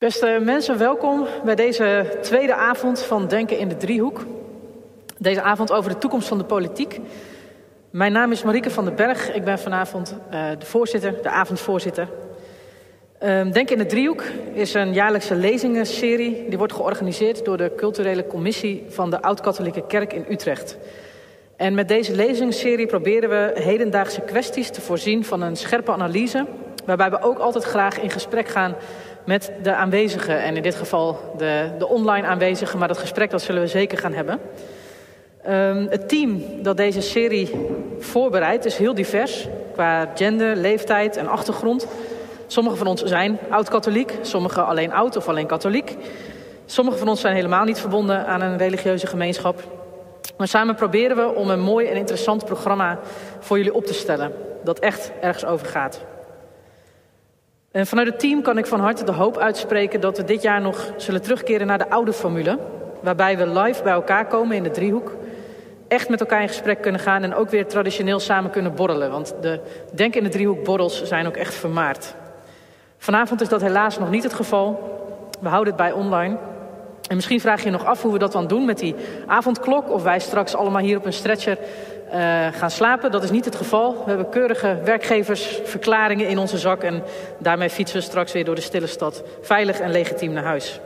Beste mensen, welkom bij deze tweede avond van Denken in de Driehoek. Deze avond over de toekomst van de politiek. Mijn naam is Marieke van den Berg. Ik ben vanavond de avondvoorzitter. Denken in de Driehoek is een jaarlijkse lezingenserie. Die wordt georganiseerd door de culturele commissie van de Oud-Katholieke Kerk in Utrecht. En met deze lezingenserie proberen we hedendaagse kwesties te voorzien van een scherpe analyse, waarbij we ook altijd graag in gesprek gaan met de aanwezigen. En in dit geval de online aanwezigen, maar dat gesprek dat zullen we zeker gaan hebben. Het team dat deze serie voorbereidt is heel divers qua gender, leeftijd en achtergrond. Sommigen van ons zijn oud-katholiek, sommigen alleen oud of alleen katholiek. Sommigen van ons zijn helemaal niet verbonden aan een religieuze gemeenschap. Maar samen proberen we om een mooi en interessant programma voor jullie op te stellen, dat echt ergens over gaat. En vanuit het team kan ik van harte de hoop uitspreken dat we dit jaar nog zullen terugkeren naar de oude formule, waarbij we live bij elkaar komen in de Driehoek, echt met elkaar in gesprek kunnen gaan en ook weer traditioneel samen kunnen borrelen. Want de Denk in de Driehoek borrels zijn ook echt vermaard. Vanavond is dat helaas nog niet het geval. We houden het bij online. En misschien vraag je je nog af hoe we dat dan doen met die avondklok, of wij straks allemaal hier op een stretcher gaan slapen. Dat is niet het geval. We hebben keurige werkgeversverklaringen in onze zak en daarmee fietsen we straks weer door de stille stad veilig en legitiem naar huis.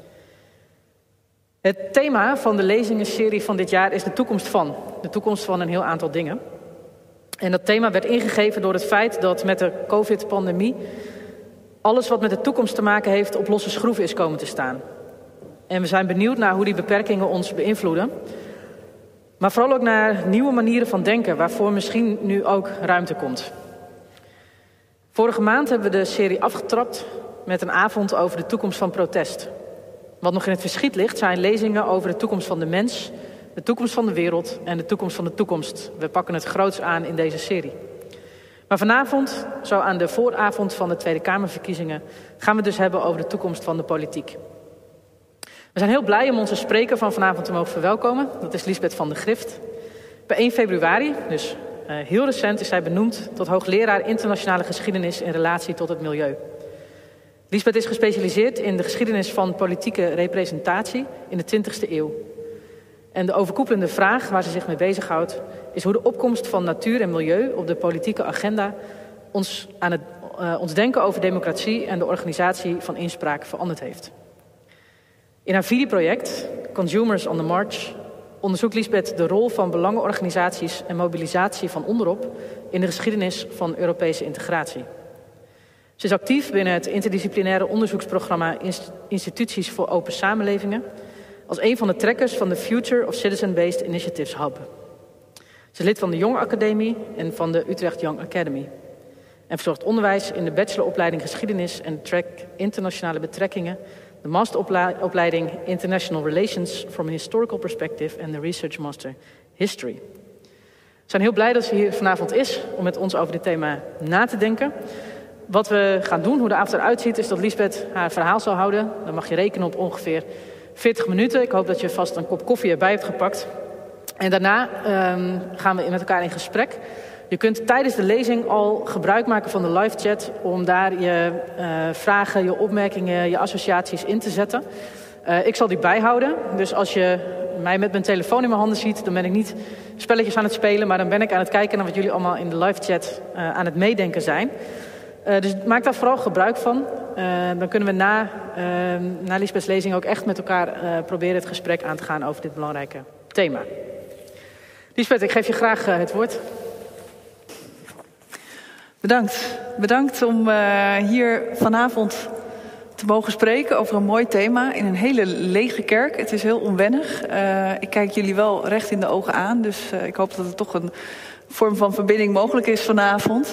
Het thema van de lezingenserie van dit jaar is de toekomst van. De toekomst van een heel aantal dingen. En dat thema werd ingegeven door het feit dat met de COVID-pandemie alles wat met de toekomst te maken heeft op losse schroeven is komen te staan. En we zijn benieuwd naar hoe die beperkingen ons beïnvloeden. Maar vooral ook naar nieuwe manieren van denken, waarvoor misschien nu ook ruimte komt. Vorige maand hebben we de serie afgetrapt met een avond over de toekomst van protest. Wat nog in het verschiet ligt zijn lezingen over de toekomst van de mens, de toekomst van de wereld en de toekomst van de toekomst. We pakken het groots aan in deze serie. Maar vanavond, zo aan de vooravond van de Tweede Kamerverkiezingen, gaan we het dus hebben over de toekomst van de politiek. We zijn heel blij om onze spreker van vanavond te mogen verwelkomen. Dat is Liesbeth van der Grift. Bij 1 februari, dus heel recent, is zij benoemd tot hoogleraar internationale geschiedenis in relatie tot het milieu. Liesbeth is gespecialiseerd in de geschiedenis van politieke representatie in de 20e eeuw. En de overkoepelende vraag waar ze zich mee bezighoudt is hoe de opkomst van natuur en milieu op de politieke agenda ons denken over democratie en de organisatie van inspraak veranderd heeft. In haar VIDI-project, Consumers on the March, onderzoekt Liesbeth de rol van belangenorganisaties en mobilisatie van onderop in de geschiedenis van Europese integratie. Ze is actief binnen het interdisciplinaire onderzoeksprogramma Instituties voor Open Samenlevingen als een van de trekkers van de Future of Citizen-Based Initiatives Hub. Ze is lid van de Young Academie en van de Utrecht Young Academy en verzorgt onderwijs in de bacheloropleiding Geschiedenis en de track Internationale Betrekkingen, de masteropleiding International Relations from a Historical Perspective en de Research Master History. We zijn heel blij dat ze hier vanavond is om met ons over dit thema na te denken. Wat we gaan doen, hoe de avond eruit ziet, is dat Liesbeth haar verhaal zal houden. Dan mag je rekenen op ongeveer 40 minuten. Ik hoop dat je vast een kop koffie erbij hebt gepakt. En daarna gaan we met elkaar in gesprek. Je kunt tijdens de lezing al gebruik maken van de live chat om daar je vragen, je opmerkingen, je associaties in te zetten. Ik zal die bijhouden. Dus als je mij met mijn telefoon in mijn handen ziet, dan ben ik niet spelletjes aan het spelen, maar dan ben ik aan het kijken naar wat jullie allemaal in de live chat aan het meedenken zijn. Dus maak daar vooral gebruik van. Dan kunnen we na Liesbeth's lezing ook echt met elkaar proberen het gesprek aan te gaan over dit belangrijke thema. Liesbeth, ik geef je graag het woord. Bedankt om hier vanavond te mogen spreken over een mooi thema in een hele lege kerk. Het is heel onwennig. Ik kijk jullie wel recht in de ogen aan, dus ik hoop dat er toch een vorm van verbinding mogelijk is vanavond.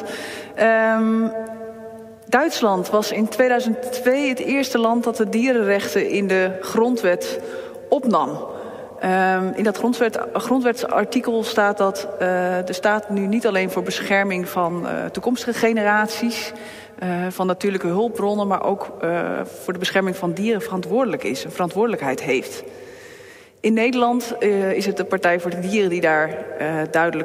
Duitsland was in 2002 het eerste land dat de dierenrechten in de grondwet opnam. In dat grondwetsartikel staat dat de staat nu niet alleen voor bescherming van toekomstige generaties, van natuurlijke hulpbronnen, maar ook voor de bescherming van dieren verantwoordelijk is, een verantwoordelijkheid heeft. In Nederland is het de Partij voor de Dieren die daar duidelijk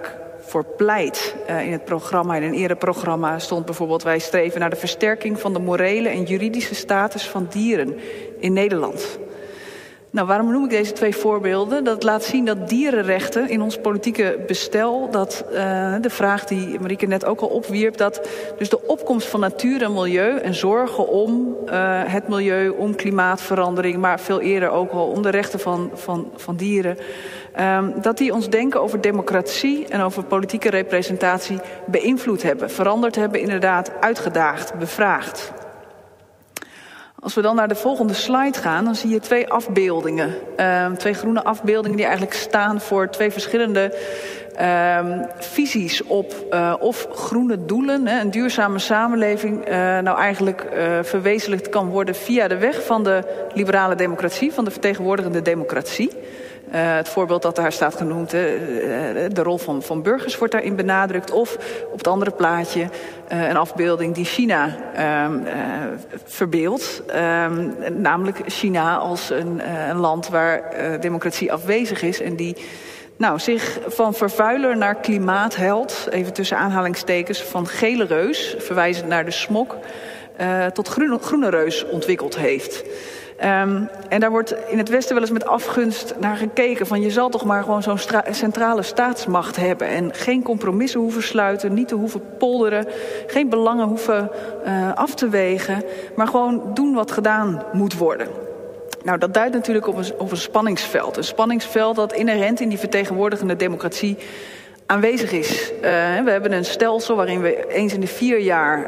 voor pleit. In het programma, in een eerder programma stond bijvoorbeeld: wij streven naar de versterking van de morele en juridische status van dieren in Nederland. Nou, waarom noem ik deze 2 voorbeelden? Dat laat zien dat dierenrechten in ons politieke bestel, dat de vraag die Marieke net ook al opwierp, dat dus de opkomst van natuur en milieu en zorgen om het milieu, om klimaatverandering, maar veel eerder ook al om de rechten van dieren, dat die ons denken over democratie en over politieke representatie beïnvloed hebben, veranderd hebben, inderdaad uitgedaagd, bevraagd. Als we dan naar de volgende slide gaan, dan zie je 2 afbeeldingen. 2 groene afbeeldingen die eigenlijk staan voor 2 verschillende visies op of groene doelen. Een duurzame samenleving nou eigenlijk verwezenlijkt kan worden via de weg van de liberale democratie, van de vertegenwoordigende democratie. Het voorbeeld dat daar staat genoemd, de rol van burgers wordt daarin benadrukt. Of op het andere plaatje een afbeelding die China verbeeldt. Namelijk China als een land waar democratie afwezig is en die zich van vervuiler naar klimaatheld, even tussen aanhalingstekens, van gele reus, verwijzend naar de smog, tot groene reus ontwikkeld heeft. En daar wordt in het Westen wel eens met afgunst naar gekeken, van je zal toch maar gewoon zo'n centrale staatsmacht hebben en geen compromissen hoeven sluiten, niet te hoeven polderen, geen belangen hoeven af te wegen, maar gewoon doen wat gedaan moet worden. Nou, dat duidt natuurlijk op een spanningsveld. Een spanningsveld dat inherent in die vertegenwoordigende democratie aanwezig is. We hebben een stelsel waarin we eens in de 4 jaar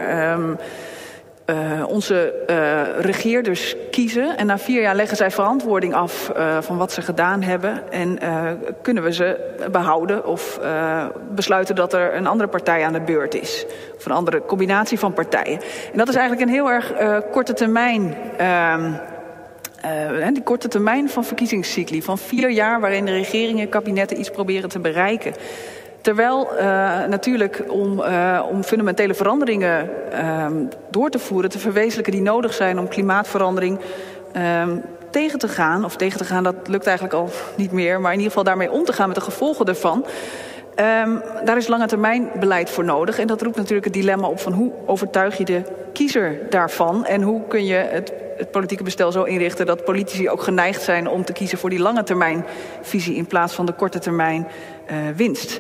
onze regeerders kiezen. En na 4 jaar leggen zij verantwoording af van wat ze gedaan hebben. En kunnen we ze behouden of besluiten dat er een andere partij aan de beurt is. Of een andere combinatie van partijen. En dat is eigenlijk een heel erg korte termijn. Die korte termijn van verkiezingscycli. Van 4 jaar waarin de regeringen en kabinetten iets proberen te bereiken. Terwijl natuurlijk om fundamentele veranderingen door te voeren, te verwezenlijken die nodig zijn om klimaatverandering tegen te gaan. Of tegen te gaan, dat lukt eigenlijk al niet meer. Maar in ieder geval daarmee om te gaan met de gevolgen ervan. Daar is lange termijn beleid voor nodig. En dat roept natuurlijk het dilemma op van hoe overtuig je de kiezer daarvan. En hoe kun je het politieke bestel zo inrichten dat politici ook geneigd zijn om te kiezen voor die lange termijn visie in plaats van de korte termijn winst.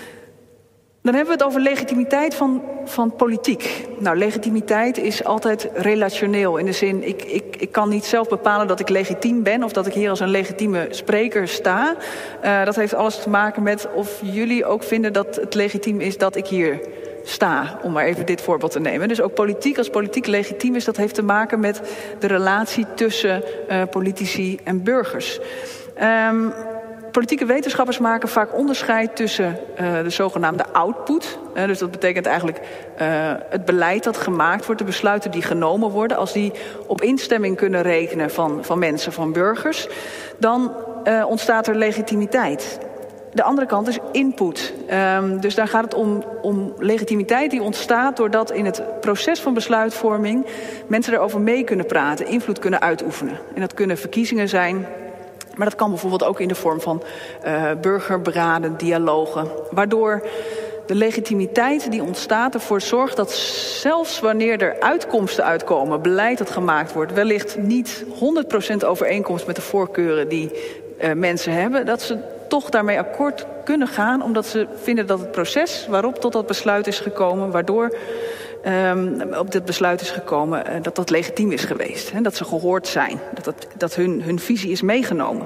Dan hebben we het over legitimiteit van politiek. Nou, legitimiteit is altijd relationeel. In de zin, ik kan niet zelf bepalen dat ik legitiem ben of dat ik hier als een legitieme spreker sta. Dat heeft alles te maken met of jullie ook vinden dat het legitiem is dat ik hier sta. Om maar even dit voorbeeld te nemen. Dus ook politiek, als politiek legitiem is, dat heeft te maken met de relatie tussen politici en burgers. Politieke wetenschappers maken vaak onderscheid tussen de zogenaamde output. Dus dat betekent eigenlijk het beleid dat gemaakt wordt, de besluiten die genomen worden. Als die op instemming kunnen rekenen van mensen, van burgers, dan ontstaat er legitimiteit. De andere kant is input. Dus daar gaat het om legitimiteit die ontstaat doordat in het proces van besluitvorming mensen erover mee kunnen praten, invloed kunnen uitoefenen. En dat kunnen verkiezingen zijn. Maar dat kan bijvoorbeeld ook in de vorm van burgerberaden, dialogen. Waardoor de legitimiteit die ontstaat ervoor zorgt dat zelfs wanneer er uitkomsten uitkomen, beleid dat gemaakt wordt, wellicht niet 100% overeenkomst met de voorkeuren die mensen hebben, dat ze toch daarmee akkoord kunnen gaan, omdat ze vinden dat het proces waarop tot dat besluit is gekomen, waardoor op dit besluit is gekomen, dat legitiem is geweest. Hè, dat ze gehoord zijn, dat hun visie is meegenomen.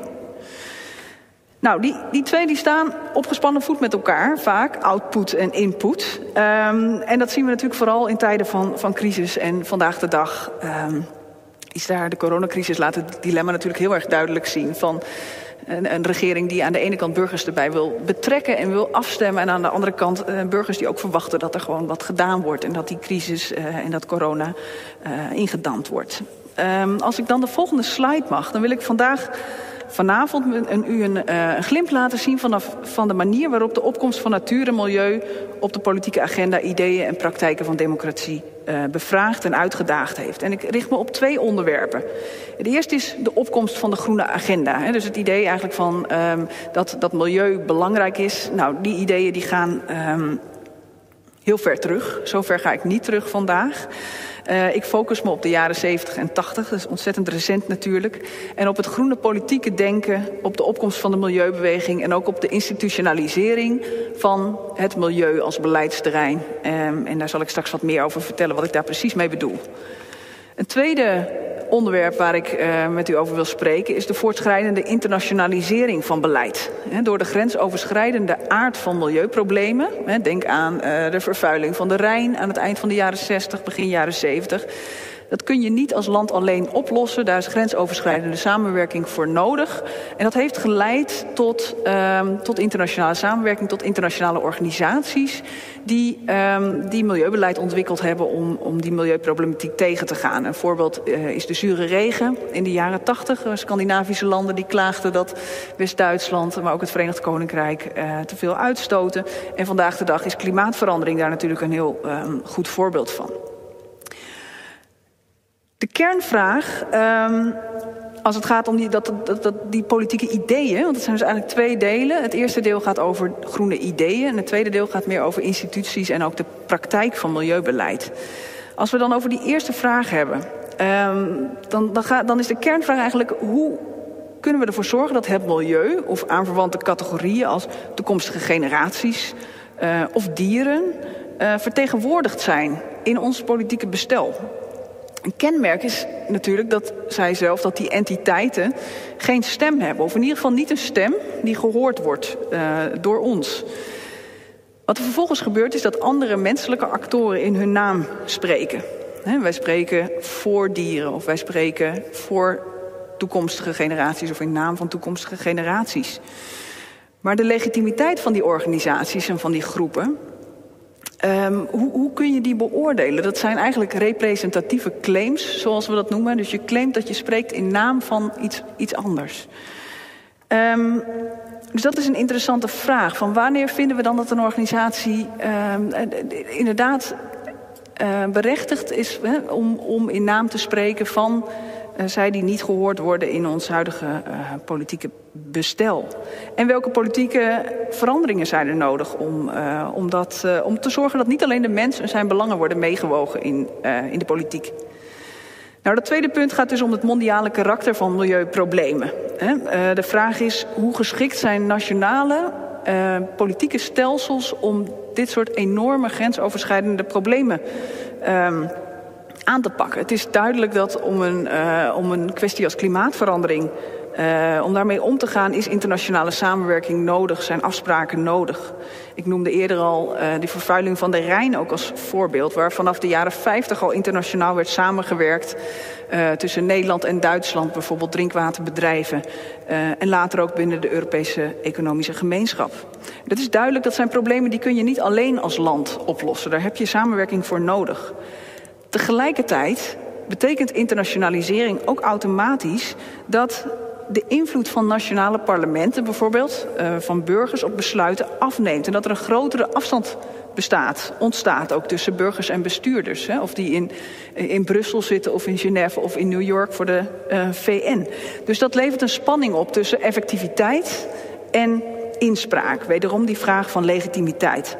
Nou, die twee die staan op gespannen voet met elkaar, vaak, output en input. En dat zien we natuurlijk vooral in tijden van crisis. En vandaag de dag is daar de coronacrisis laat het dilemma natuurlijk heel erg duidelijk zien van een regering die aan de ene kant burgers erbij wil betrekken en wil afstemmen. En aan de andere kant burgers die ook verwachten dat er gewoon wat gedaan wordt. En dat die crisis en dat corona ingedampt wordt. Als ik dan de volgende slide mag, dan wil ik vandaag vanavond u een glimp laten zien van de manier waarop de opkomst van natuur en milieu op de politieke agenda ideeën en praktijken van democratie bevraagd en uitgedaagd heeft. En ik richt me op 2 onderwerpen. Het eerste is de opkomst van de groene agenda. Dus het idee eigenlijk van dat milieu belangrijk is. Nou, die ideeën die gaan heel ver terug. Zover ga ik niet terug vandaag. Ik focus me op de jaren 70 en 80, dat is ontzettend recent natuurlijk. En op het groene politieke denken, op de opkomst van de milieubeweging en ook op de institutionalisering van het milieu als beleidsterrein. En daar zal ik straks wat meer over vertellen wat ik daar precies mee bedoel. Een tweede onderwerp waar ik met u over wil spreken is de voortschrijdende internationalisering van beleid. Door de grensoverschrijdende aard van milieuproblemen, denk aan de vervuiling van de Rijn aan het eind van de jaren 60, begin jaren 70. Dat kun je niet als land alleen oplossen. Daar is grensoverschrijdende samenwerking voor nodig. En dat heeft geleid tot internationale samenwerking, tot internationale organisaties die milieubeleid ontwikkeld hebben om die milieuproblematiek tegen te gaan. Een voorbeeld is de zure regen in de jaren 80. Scandinavische landen die klaagden dat West-Duitsland, maar ook het Verenigd Koninkrijk te veel uitstoten. En vandaag de dag is klimaatverandering daar natuurlijk een heel goed voorbeeld van. De kernvraag, als het gaat om die politieke ideeën, want het zijn dus eigenlijk 2 delen. Het eerste deel gaat over groene ideeën en het tweede deel gaat meer over instituties en ook de praktijk van milieubeleid. Als we dan over die eerste vraag hebben, dan is de kernvraag eigenlijk: hoe kunnen we ervoor zorgen dat het milieu of aanverwante categorieën als toekomstige generaties of dieren vertegenwoordigd zijn in ons politieke bestel? Een kenmerk is natuurlijk, dat zij zelf, dat die entiteiten geen stem hebben. Of in ieder geval niet een stem die gehoord wordt door ons. Wat er vervolgens gebeurt is dat andere menselijke actoren in hun naam spreken. Wij spreken voor dieren of wij spreken voor toekomstige generaties of in naam van toekomstige generaties. Maar de legitimiteit van die organisaties en van die groepen, hoe kun je die beoordelen? Dat zijn eigenlijk representatieve claims, zoals we dat noemen. Dus je claimt dat je spreekt in naam van iets anders. Dus dat is een interessante vraag. Van wanneer vinden we dan dat een organisatie inderdaad berechtigd is om in naam te spreken van zij die niet gehoord worden in ons huidige politieke bestel? En welke politieke veranderingen zijn er nodig om te zorgen dat niet alleen de mens en zijn belangen worden meegewogen in de politiek? Nou, dat tweede punt gaat dus om het mondiale karakter van milieuproblemen. De vraag is: hoe geschikt zijn nationale politieke stelsels om dit soort enorme grensoverschrijdende problemen aan te pakken? Het is duidelijk dat om een kwestie als klimaatverandering, om daarmee om te gaan, is internationale samenwerking nodig, zijn afspraken nodig. Ik noemde eerder al de vervuiling van de Rijn ook als voorbeeld, waar vanaf de jaren 50 al internationaal werd samengewerkt tussen Nederland en Duitsland, bijvoorbeeld drinkwaterbedrijven, en later ook binnen de Europese Economische Gemeenschap. Het is duidelijk, dat zijn problemen die kun je niet alleen als land oplossen. Daar heb je samenwerking voor nodig. Tegelijkertijd betekent internationalisering ook automatisch dat de invloed van nationale parlementen, bijvoorbeeld van burgers op besluiten, afneemt. En dat er een grotere afstand ontstaat ook tussen burgers en bestuurders. Of die in Brussel zitten of in Genève of in New York voor de VN. Dus dat levert een spanning op tussen effectiviteit en inspraak. Wederom die vraag van legitimiteit.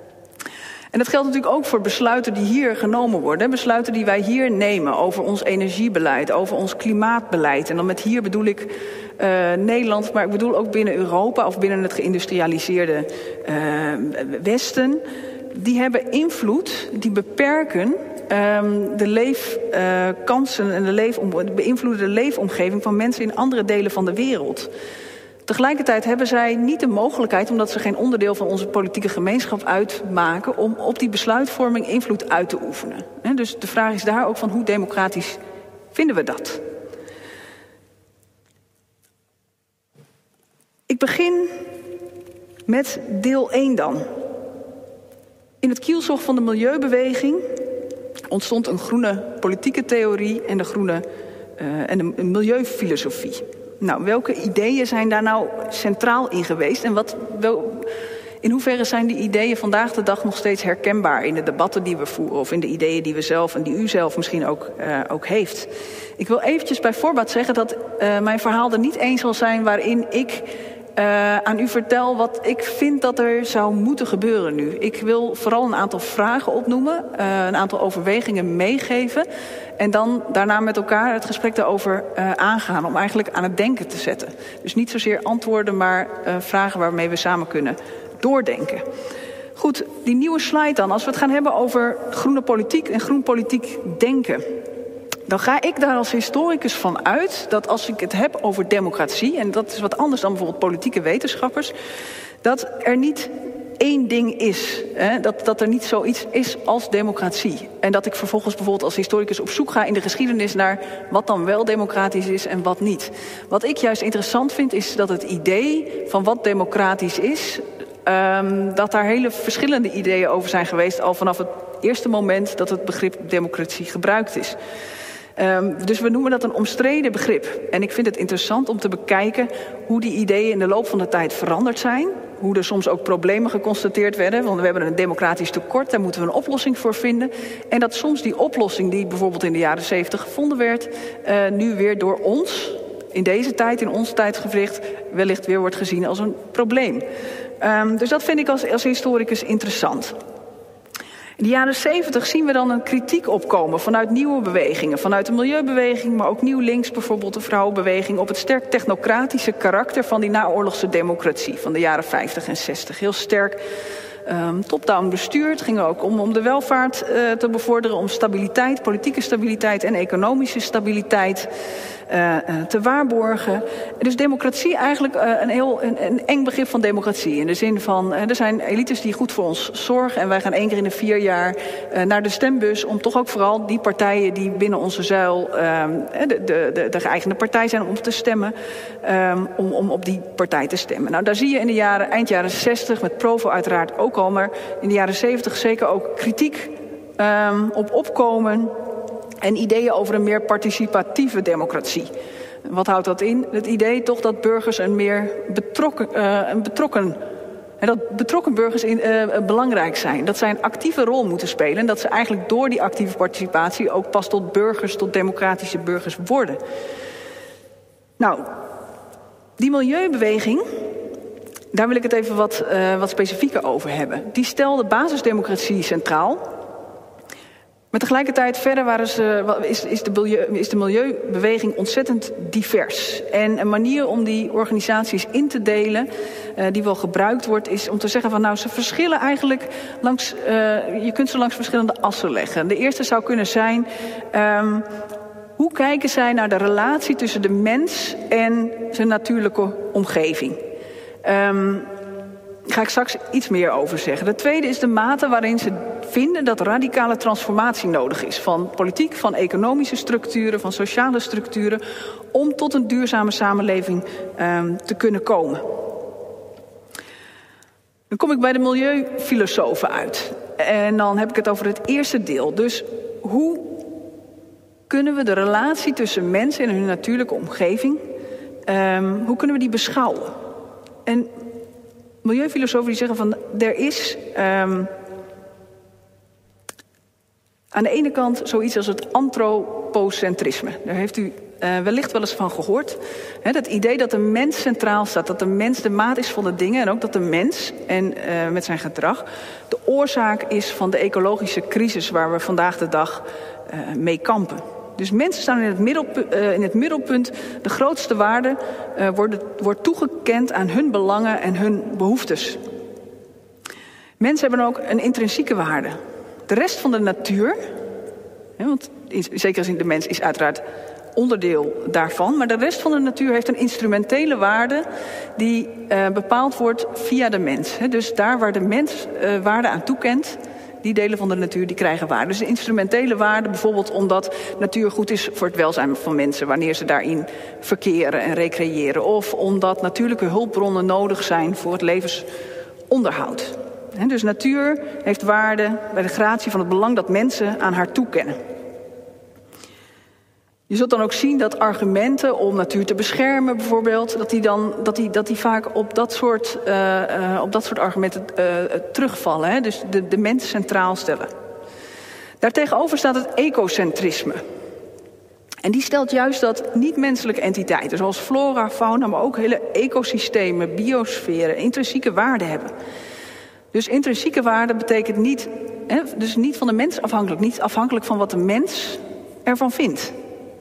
En dat geldt natuurlijk ook voor besluiten die hier genomen worden. Besluiten die wij hier nemen over ons energiebeleid, over ons klimaatbeleid. En dan met hier bedoel ik Nederland, maar ik bedoel ook binnen Europa of binnen het geïndustrialiseerde Westen. Die hebben invloed, die beperken de leefkansen en beïnvloeden de leefomgeving van mensen in andere delen van de wereld. Tegelijkertijd hebben zij niet de mogelijkheid, omdat ze geen onderdeel van onze politieke gemeenschap uitmaken, om op die besluitvorming invloed uit te oefenen. Dus de vraag is daar ook van: hoe democratisch vinden we dat? Ik begin met deel 1 dan. In het kielzog van de milieubeweging ontstond een groene politieke theorie en de milieufilosofie. Nou, welke ideeën zijn daar nou centraal in geweest? En in hoeverre zijn die ideeën vandaag de dag nog steeds herkenbaar in de debatten die we voeren, of in de ideeën die we zelf en die u zelf misschien ook heeft? Ik wil eventjes bij voorbaat zeggen dat mijn verhaal er niet één zal zijn waarin ik aan u vertel wat ik vind dat er zou moeten gebeuren nu. Ik wil vooral een aantal vragen opnoemen, een aantal overwegingen meegeven en dan daarna met elkaar het gesprek daarover aangaan om eigenlijk aan het denken te zetten. Dus niet zozeer antwoorden, maar vragen waarmee we samen kunnen doordenken. Goed, die nieuwe slide dan. Als we het gaan hebben over groene politiek en groen politiek denken, dan ga ik daar als historicus van uit dat als ik het heb over democratie, en dat is wat anders dan bijvoorbeeld politieke wetenschappers, dat er niet één ding is. Dat er niet zoiets is als democratie. En dat ik vervolgens bijvoorbeeld als historicus op zoek ga in de geschiedenis naar wat dan wel democratisch is en wat niet. Wat ik juist interessant vind is dat het idee van wat democratisch is, dat daar hele verschillende ideeën over zijn geweest al vanaf het eerste moment dat het begrip democratie gebruikt is. Dus we noemen dat een omstreden begrip. En ik vind het interessant om te bekijken hoe die ideeën in de loop van de tijd veranderd zijn. Hoe er soms ook problemen geconstateerd werden. Want we hebben een democratisch tekort, daar moeten we een oplossing voor vinden. En dat soms die oplossing die bijvoorbeeld in de jaren 70 gevonden werd, nu weer door ons, in deze tijd, in ons tijdsgewricht, wellicht weer wordt gezien als een probleem. Dus dat vind ik als historicus interessant. In de jaren 70 zien we dan een kritiek opkomen vanuit nieuwe bewegingen. Vanuit de milieubeweging, maar ook nieuw links, bijvoorbeeld de vrouwenbeweging, op het sterk technocratische karakter van die naoorlogse democratie van de jaren 50 en 60. Heel sterk top-down bestuur. Het ging ook om de welvaart te bevorderen, om stabiliteit, politieke stabiliteit en economische stabiliteit te waarborgen. Dus democratie eigenlijk een eng begrip van democratie. In de zin van, er zijn elites die goed voor ons zorgen en wij gaan 1 keer in de 4 jaar naar de stembus om toch ook vooral die partijen die binnen onze zuil de geëigende partij zijn om te stemmen, om op die partij te stemmen. Nou, daar zie je in de eind jaren 60 met Provo uiteraard ook al, maar in de jaren 70 zeker ook kritiek op opkomen en ideeën over een meer participatieve democratie. Wat houdt dat in? Het idee toch dat burgers een meer betrokken burgers belangrijk zijn. Dat zij een actieve rol moeten spelen en dat ze eigenlijk door die actieve participatie ook pas tot burgers, tot democratische burgers worden. Nou, die milieubeweging, daar wil ik het even wat specifieker over hebben. Die stelde basisdemocratie centraal. Maar tegelijkertijd verder is de milieubeweging ontzettend divers. En een manier om die organisaties in te delen, die wel gebruikt wordt, is om te zeggen van nou, ze verschillen eigenlijk je kunt ze langs verschillende assen leggen. De eerste zou kunnen zijn, hoe kijken zij naar de relatie tussen de mens en zijn natuurlijke omgeving? Daar ga ik straks iets meer over zeggen. De tweede is de mate waarin ze vinden dat radicale transformatie nodig is. Van politiek, van economische structuren, van sociale structuren, om tot een duurzame samenleving te kunnen komen. Dan kom ik bij de milieufilosofen uit. En dan heb ik het over het eerste deel. Dus hoe kunnen we de relatie tussen mensen en hun natuurlijke omgeving, hoe kunnen we die beschouwen? En milieufilosofen die zeggen van er is aan de ene kant zoiets als het antropocentrisme. Daar heeft u wellicht wel eens van gehoord. Dat idee dat de mens centraal staat, dat de mens de maat is van de dingen en ook dat de mens en met zijn gedrag de oorzaak is van de ecologische crisis waar we vandaag de dag mee kampen. Dus mensen staan in het middelpunt. De grootste waarde wordt toegekend aan hun belangen en hun behoeftes. Mensen hebben ook een intrinsieke waarde. De rest van de natuur, want in zekere zin de mens is uiteraard onderdeel daarvan, maar de rest van de natuur heeft een instrumentele waarde die bepaald wordt via de mens. Dus daar waar de mens waarde aan toekent, die delen van de natuur die krijgen waarde. Dus de instrumentele waarde bijvoorbeeld omdat natuur goed is voor het welzijn van mensen wanneer ze daarin verkeren en recreëren. Of omdat natuurlijke hulpbronnen nodig zijn voor het levensonderhoud. Dus natuur heeft waarde bij de gratie van het belang dat mensen aan haar toekennen. Je zult dan ook zien dat argumenten om natuur te beschermen bijvoorbeeld, dat die vaak op dat soort argumenten terugvallen. Hè? Dus de mens centraal stellen. Daartegenover staat het ecocentrisme. En die stelt juist dat niet-menselijke entiteiten, zoals flora, fauna, maar ook hele ecosystemen, biosferen, intrinsieke waarde hebben. Dus intrinsieke waarde betekent niet van de mens afhankelijk, niet afhankelijk van wat de mens ervan vindt.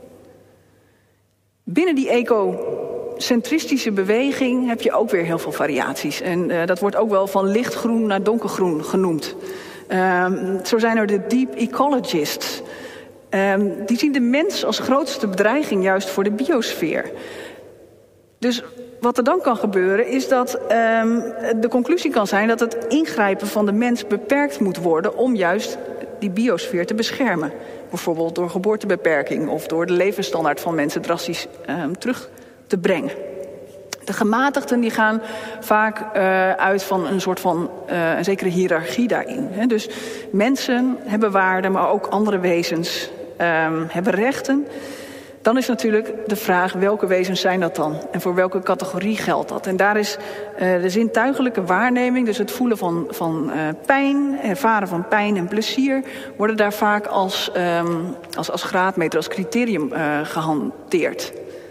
Binnen die ecocentristische beweging heb je ook weer heel veel variaties. En dat wordt ook wel van lichtgroen naar donkergroen genoemd. Zo zijn er de deep ecologists. Die zien de mens als grootste bedreiging juist voor de biosfeer. Dus wat er dan kan gebeuren is dat de conclusie kan zijn dat het ingrijpen van de mens beperkt moet worden om juist die biosfeer te beschermen. Bijvoorbeeld door geboortebeperking of door de levensstandaard van mensen drastisch terug te brengen. De gematigden die gaan vaak uit van een soort van een zekere hiërarchie daarin. Hè. Dus mensen hebben waarden, maar ook andere wezens hebben rechten. Dan is natuurlijk de vraag welke wezens zijn dat dan? En voor welke categorie geldt dat? En daar is de zintuigelijke waarneming, dus het voelen van pijn, ervaren van pijn en plezier, worden daar vaak als graadmeter, als criterium gehanteerd.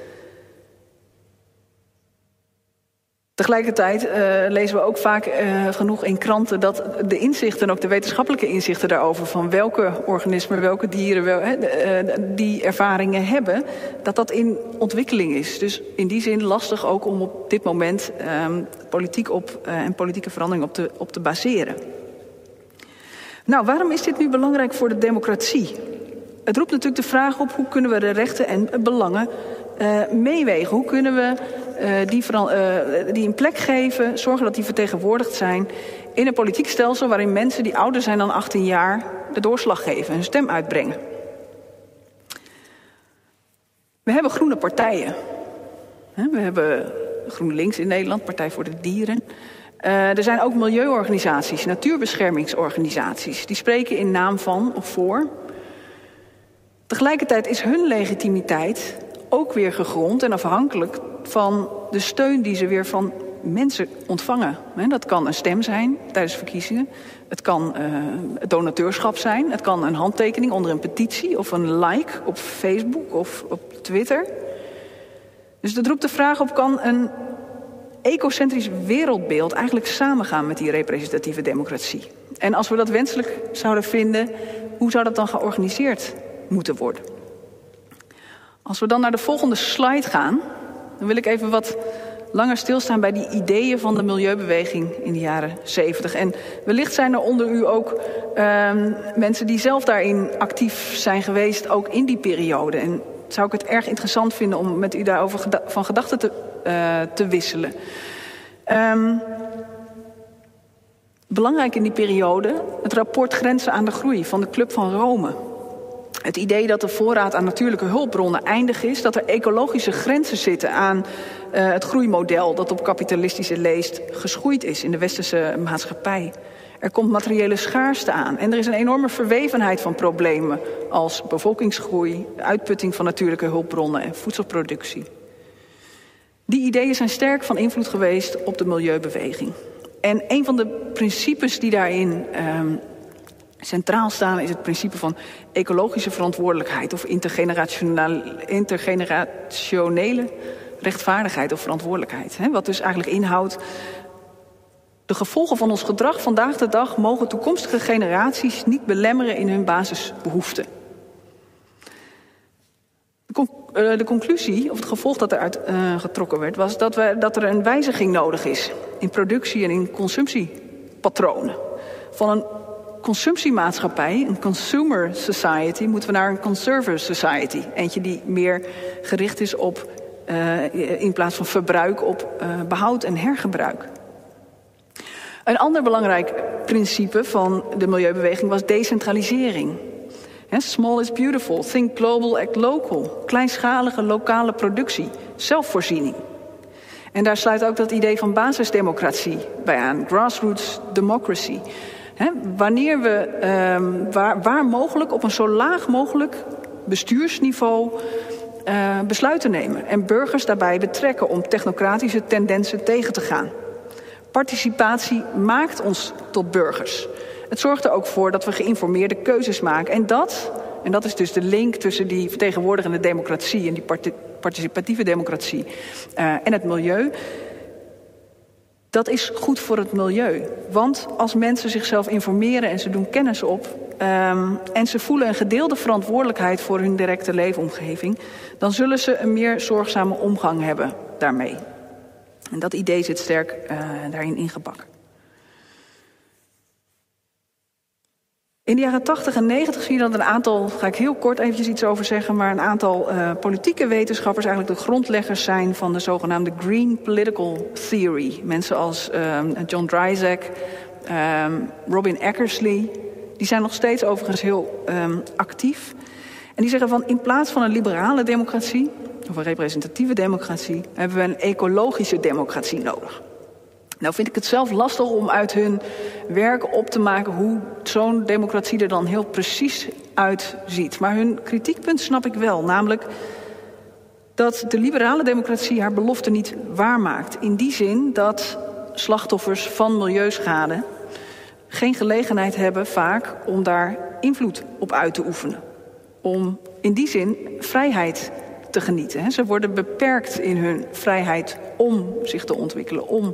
Tegelijkertijd lezen we ook vaak genoeg in kranten dat de inzichten, ook de wetenschappelijke inzichten daarover, van welke organismen, welke dieren die ervaringen hebben, dat in ontwikkeling is. Dus in die zin lastig ook om op dit moment politiek en politieke verandering op te baseren. Nou, waarom is dit nu belangrijk voor de democratie? Het roept natuurlijk de vraag op, hoe kunnen we de rechten en belangen meewegen? Hoe kunnen we die een plek geven, zorgen dat die vertegenwoordigd zijn in een politiek stelsel waarin mensen die ouder zijn dan 18 jaar de doorslag geven, hun stem uitbrengen? We hebben groene partijen. We hebben GroenLinks in Nederland, Partij voor de Dieren. Er zijn ook milieuorganisaties, natuurbeschermingsorganisaties. Die spreken in naam van of voor. Tegelijkertijd is hun legitimiteit ook weer gegrond en afhankelijk van de steun die ze weer van mensen ontvangen. Dat kan een stem zijn tijdens verkiezingen. Het kan het donateurschap zijn. Het kan een handtekening onder een petitie of een like op Facebook of op Twitter. Dus dat roept de vraag op, kan een ecocentrisch wereldbeeld eigenlijk samengaan met die representatieve democratie? En als we dat wenselijk zouden vinden, hoe zou dat dan georganiseerd moeten worden? Als we dan naar de volgende slide gaan, dan wil ik even wat langer stilstaan bij die ideeën van de milieubeweging in de jaren 70. En wellicht zijn er onder u ook mensen die zelf daarin actief zijn geweest, ook in die periode. En zou ik het erg interessant vinden om met u daarover van gedachten te wisselen. Belangrijk in die periode, het rapport Grenzen aan de Groei van de Club van Rome. Het idee dat de voorraad aan natuurlijke hulpbronnen eindig is, dat er ecologische grenzen zitten aan het groeimodel dat op kapitalistische leest geschoeid is in de westerse maatschappij. Er komt materiële schaarste aan en er is een enorme verwevenheid van problemen als bevolkingsgroei, uitputting van natuurlijke hulpbronnen en voedselproductie. Die ideeën zijn sterk van invloed geweest op de milieubeweging. En een van de principes die daarin centraal staan is het principe van ecologische verantwoordelijkheid of intergenerationele rechtvaardigheid of verantwoordelijkheid. Wat dus eigenlijk inhoudt, de gevolgen van ons gedrag vandaag de dag mogen toekomstige generaties niet belemmeren in hun basisbehoeften. De conclusie, of het gevolg dat eruit getrokken werd, was dat er een wijziging nodig is in productie en in consumptiepatronen. Van een consumptiemaatschappij, een consumer society, moeten we naar een conserver society. Eentje die meer gericht is op, in plaats van verbruik, op behoud en hergebruik. Een ander belangrijk principe van de milieubeweging was decentralisering. Small is beautiful, think global, act local. Kleinschalige lokale productie, zelfvoorziening. En daar sluit ook dat idee van basisdemocratie bij aan, grassroots democracy. Wanneer we waar mogelijk op een zo laag mogelijk bestuursniveau besluiten nemen en burgers daarbij betrekken om technocratische tendensen tegen te gaan. Participatie maakt ons tot burgers. Het zorgt er ook voor dat we geïnformeerde keuzes maken. En dat is dus de link tussen die vertegenwoordigende democratie en die participatieve democratie en het milieu. Dat is goed voor het milieu. Want als mensen zichzelf informeren en ze doen kennis op en ze voelen een gedeelde verantwoordelijkheid voor hun directe leefomgeving, dan zullen ze een meer zorgzame omgang hebben daarmee. En dat idee zit sterk daarin ingebakken. In de jaren 80 en 90 zie je dat een aantal, daar ga ik heel kort eventjes iets over zeggen, maar een aantal politieke wetenschappers eigenlijk de grondleggers zijn van de zogenaamde Green Political Theory. Mensen als John Dryzek, Robin Eckersley, die zijn nog steeds overigens heel actief. En die zeggen van in plaats van een liberale democratie, of een representatieve democratie, hebben we een ecologische democratie nodig. Nou vind ik het zelf lastig om uit hun werk op te maken hoe zo'n democratie er dan heel precies uitziet. Maar hun kritiekpunt snap ik wel, namelijk dat de liberale democratie haar belofte niet waarmaakt. In die zin dat slachtoffers van milieuschade geen gelegenheid hebben vaak om daar invloed op uit te oefenen. Om in die zin vrijheid te genieten. Ze worden beperkt in hun vrijheid om zich te ontwikkelen.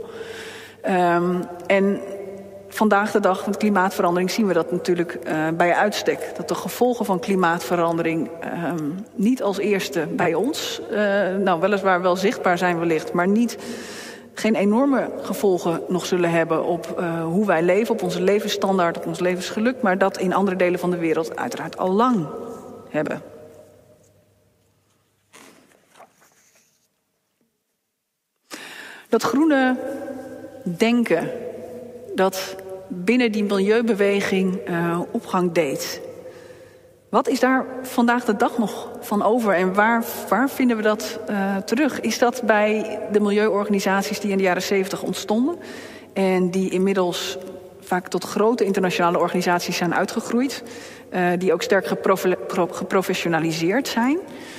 En vandaag de dag met klimaatverandering zien we dat natuurlijk bij uitstek. Dat de gevolgen van klimaatverandering niet als eerste bij ons, weliswaar wel zichtbaar zijn wellicht, maar geen enorme gevolgen nog zullen hebben op hoe wij leven, op onze levensstandaard, op ons levensgeluk, maar dat in andere delen van de wereld uiteraard al lang hebben. Dat groene denken dat binnen die milieubeweging opgang deed. Wat is daar vandaag de dag nog van over en waar vinden we dat terug? Is dat bij de milieuorganisaties die in de jaren 70 ontstonden en die inmiddels vaak tot grote internationale organisaties zijn uitgegroeid, die ook sterk geprofessionaliseerd zijn?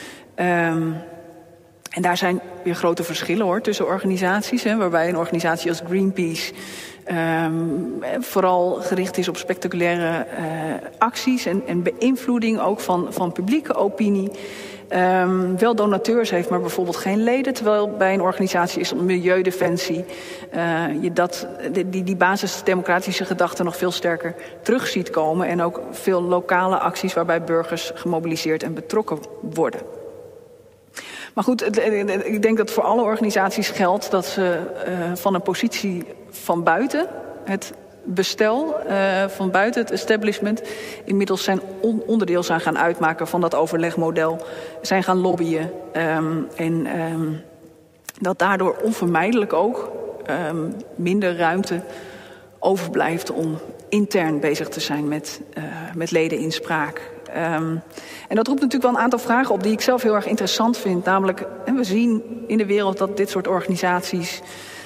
En daar zijn weer grote verschillen hoor tussen organisaties, waarbij een organisatie als Greenpeace vooral gericht is op spectaculaire acties en beïnvloeding ook van publieke opinie. Wel donateurs heeft, maar bijvoorbeeld geen leden. Terwijl bij een organisatie is Milieudefensie die basisdemocratische gedachte nog veel sterker terug ziet komen. En ook veel lokale acties waarbij burgers gemobiliseerd en betrokken worden. Maar goed, ik denk dat voor alle organisaties geldt dat ze van een positie van buiten het bestel, van buiten het establishment, inmiddels zijn onderdeel zijn gaan uitmaken van dat overlegmodel, zijn gaan lobbyen. Dat daardoor onvermijdelijk ook minder ruimte overblijft om intern bezig te zijn met ledeninspraak. En dat roept natuurlijk wel een aantal vragen op die ik zelf heel erg interessant vind. Namelijk, we zien in de wereld dat dit soort organisaties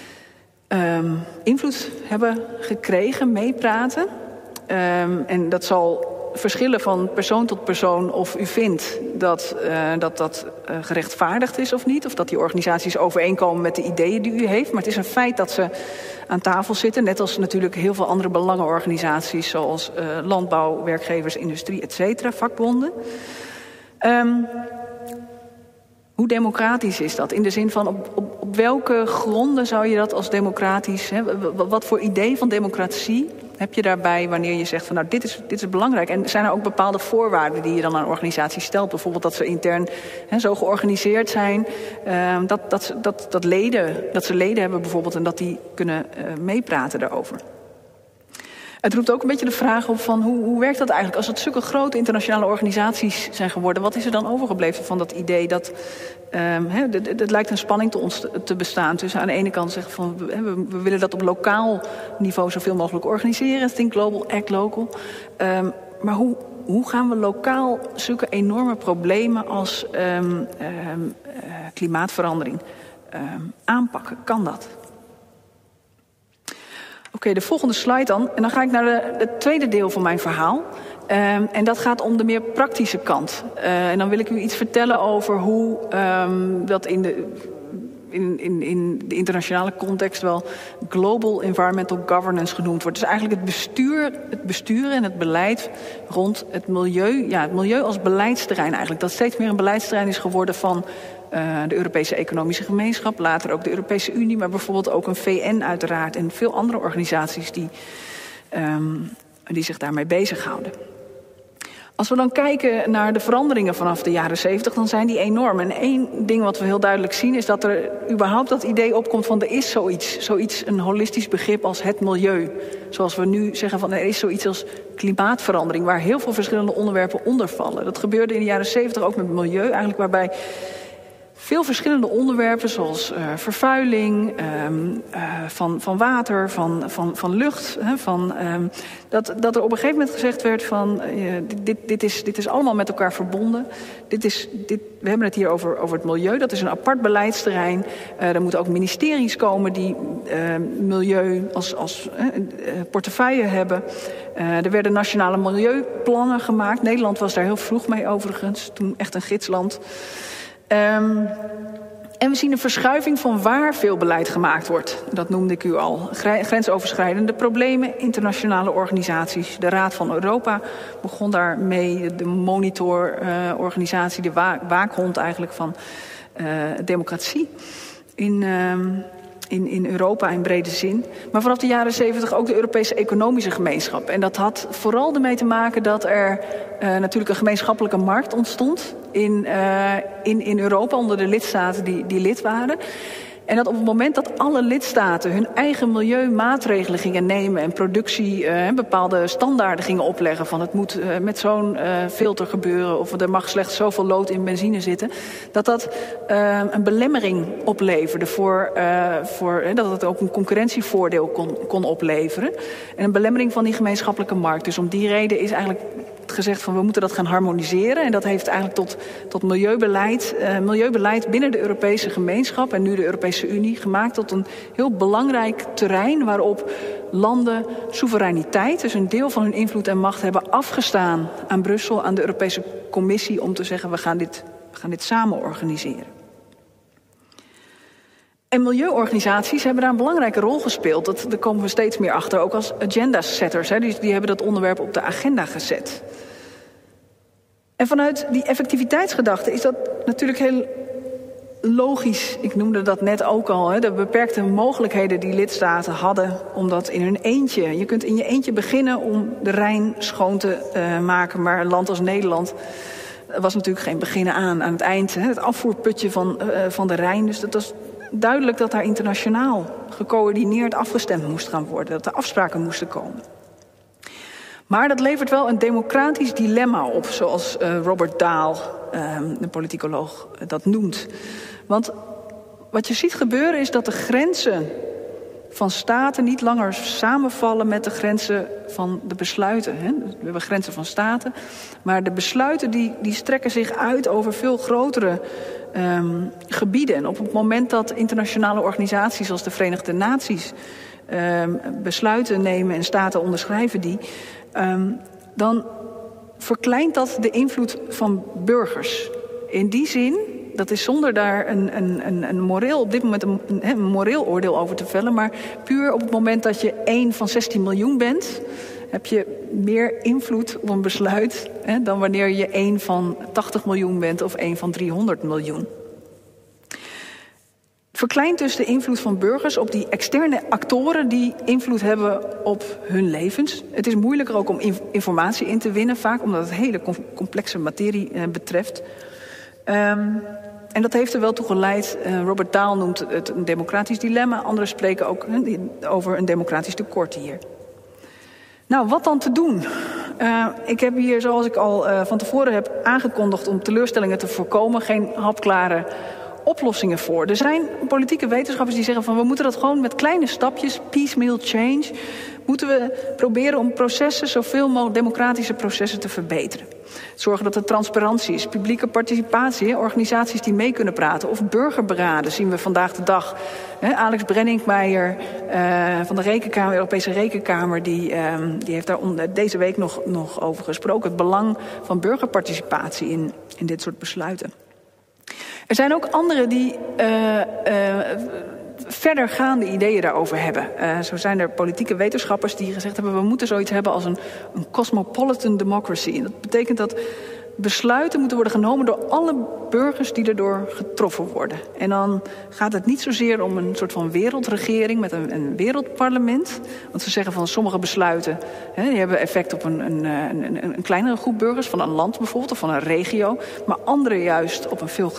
invloed hebben gekregen, meepraten. En dat zal verschillen van persoon tot persoon of u vindt dat gerechtvaardigd is of niet. Of dat die organisaties overeenkomen met de ideeën die u heeft. Maar het is een feit dat ze aan tafel zitten. Net als natuurlijk heel veel andere belangenorganisaties zoals landbouw, werkgevers, industrie, etc., vakbonden. Hoe democratisch is dat? In de zin van op welke gronden zou je dat als democratisch... Wat voor idee van democratie heb je daarbij wanneer je zegt van nou dit is belangrijk? En zijn er ook bepaalde voorwaarden die je dan aan een organisatie stelt? Bijvoorbeeld dat ze intern zo georganiseerd zijn dat ze leden hebben bijvoorbeeld en dat die kunnen meepraten daarover. Het roept ook een beetje de vraag op van hoe werkt dat eigenlijk? Als het zulke grote internationale organisaties zijn geworden, wat is er dan overgebleven van dat idee dat het lijkt een spanning te bestaan tussen aan de ene kant zeggen van we willen dat op lokaal niveau zoveel mogelijk organiseren, think global, act local. Maar hoe gaan we lokaal zulke enorme problemen als klimaatverandering aanpakken? Kan dat? Oké, de volgende slide dan. En dan ga ik naar het tweede deel van mijn verhaal. En dat gaat om de meer praktische kant. En dan wil ik u iets vertellen over hoe dat in de internationale context wel global environmental governance genoemd wordt. Dus eigenlijk het bestuur en het beleid rond het milieu. Ja, het milieu als beleidsterrein eigenlijk. Dat steeds meer een beleidsterrein is geworden van de Europese Economische Gemeenschap. Later ook de Europese Unie, maar bijvoorbeeld ook een VN uiteraard. En veel andere organisaties die zich daarmee bezighouden. Als we dan kijken naar de veranderingen vanaf de jaren 70, dan zijn die enorm. En één ding wat we heel duidelijk zien is dat er überhaupt dat idee opkomt van er is zoiets, een holistisch begrip als het milieu. Zoals we nu zeggen van er is zoiets als klimaatverandering, waar heel veel verschillende onderwerpen onder vallen. Dat gebeurde in de jaren 70 ook met milieu, eigenlijk waarbij veel verschillende onderwerpen zoals vervuiling, van water, van lucht. Dat er op een gegeven moment gezegd werd van dit is allemaal met elkaar verbonden. We hebben het hier over het milieu. Dat is een apart beleidsterrein. Er moeten ook ministeries komen die milieu als portefeuille hebben. Er werden nationale milieuplannen gemaakt. Nederland was daar heel vroeg mee overigens. Toen echt een gidsland. En we zien een verschuiving van waar veel beleid gemaakt wordt. Dat noemde ik u al. Grensoverschrijdende problemen, internationale organisaties. De Raad van Europa begon daarmee. De monitororganisatie, de waakhond eigenlijk van democratie in Europa in brede zin. Maar vanaf de jaren 70 ook de Europese Economische Gemeenschap. En dat had vooral ermee te maken dat er natuurlijk een gemeenschappelijke markt ontstond in Europa onder de lidstaten die lid waren. En dat op het moment dat alle lidstaten hun eigen milieumaatregelen gingen nemen en productie bepaalde standaarden gingen opleggen van het moet met zo'n filter gebeuren of er mag slechts zoveel lood in benzine zitten, dat een belemmering opleverde dat het ook een concurrentievoordeel kon opleveren. En een belemmering van die gemeenschappelijke markt. Dus om die reden is eigenlijk gezegd van we moeten dat gaan harmoniseren. En dat heeft eigenlijk tot milieubeleid binnen de Europese gemeenschap en nu de Europese Unie gemaakt tot een heel belangrijk terrein waarop landen soevereiniteit, dus een deel van hun invloed en macht hebben afgestaan aan Brussel, aan de Europese Commissie om te zeggen we gaan dit samen organiseren. En milieuorganisaties hebben daar een belangrijke rol gespeeld. Daar komen we steeds meer achter, ook als agenda-setters. Die hebben dat onderwerp op de agenda gezet. En vanuit die effectiviteitsgedachte is dat natuurlijk heel logisch. Ik noemde dat net ook al. De beperkte mogelijkheden die lidstaten hadden om dat in hun eentje. Je kunt in je eentje beginnen om de Rijn schoon te maken. Maar een land als Nederland was natuurlijk geen beginnen aan het eind. Het afvoerputje van de Rijn. Dus dat was duidelijk dat daar internationaal gecoördineerd afgestemd moest gaan worden. Dat er afspraken moesten komen. Maar dat levert wel een democratisch dilemma op, zoals Robert Dahl, de politicoloog, dat noemt. Want wat je ziet gebeuren is dat de grenzen van staten niet langer samenvallen met de grenzen van de besluiten. We hebben grenzen van staten, maar de besluiten die strekken zich uit over veel grotere gebieden. En op het moment dat internationale organisaties zoals de Verenigde Naties besluiten nemen en staten onderschrijven die, dan verkleint dat de invloed van burgers. In die zin, dat is zonder daar een moreel, op dit moment een moreel oordeel over te vellen, maar puur op het moment dat je 1 van 16 miljoen bent, heb je meer invloed op een besluit dan wanneer je 1 van 80 miljoen bent of 1 van 300 miljoen. Verkleint dus de invloed van burgers op die externe actoren die invloed hebben op hun levens. Het is moeilijker ook om informatie in te winnen, vaak omdat het hele complexe materie betreft. En dat heeft er wel toe geleid. Robert Dahl noemt het een democratisch dilemma. Anderen spreken ook over een democratisch tekort hier. Nou, wat dan te doen? Ik heb hier, zoals ik al van tevoren heb aangekondigd om teleurstellingen te voorkomen, geen hapklare oplossingen voor. Er zijn politieke wetenschappers die zeggen van we moeten dat gewoon met kleine stapjes, piecemeal change, moeten we proberen om processen, zoveel mogelijk democratische processen te verbeteren. Zorgen dat er transparantie is, publieke participatie, organisaties die mee kunnen praten. Of burgerberaden zien we vandaag de dag. Alex Brenninkmeijer van de Rekenkamer, Europese Rekenkamer, die heeft daar deze week nog over gesproken. Het belang van burgerparticipatie in dit soort besluiten. Er zijn ook anderen die verdergaande ideeën daarover hebben. Zo zijn er politieke wetenschappers die gezegd hebben, we moeten zoiets hebben als een cosmopolitan democracy. En dat betekent dat besluiten moeten worden genomen door alle burgers die erdoor getroffen worden. En dan gaat het niet zozeer om een soort van wereldregering met een wereldparlement. Want ze zeggen van sommige besluiten die hebben effect op een kleinere groep burgers, van een land bijvoorbeeld, of van een regio. Maar andere juist op een veel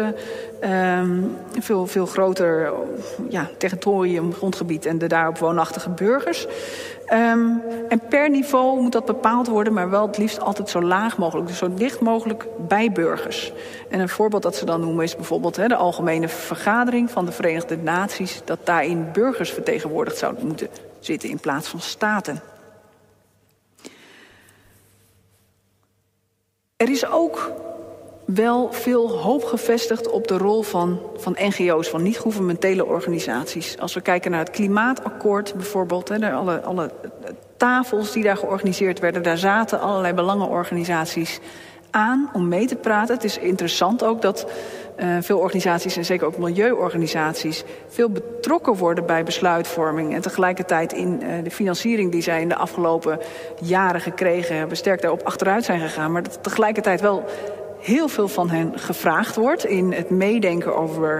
groter territorium, grondgebied en de daarop woonachtige burgers. En per niveau moet dat bepaald worden, maar wel het liefst altijd zo laag mogelijk. Dus zo dicht mogelijk bij burgers. En een voorbeeld dat ze dan noemen is bijvoorbeeld de Algemene Vergadering van de Verenigde Naties, dat daarin burgers vertegenwoordigd zouden moeten zitten in plaats van staten. Er is ook wel veel hoop gevestigd op de rol van NGO's, van niet-gouvernementele organisaties. Als we kijken naar het klimaatakkoord bijvoorbeeld, alle tafels die daar georganiseerd werden, daar zaten allerlei belangenorganisaties aan om mee te praten. Het is interessant ook dat veel organisaties, en zeker ook milieuorganisaties, veel betrokken worden bij besluitvorming. En tegelijkertijd in de financiering die zij in de afgelopen jaren gekregen hebben, sterk daarop achteruit zijn gegaan. Maar dat tegelijkertijd wel heel veel van hen gevraagd wordt in het meedenken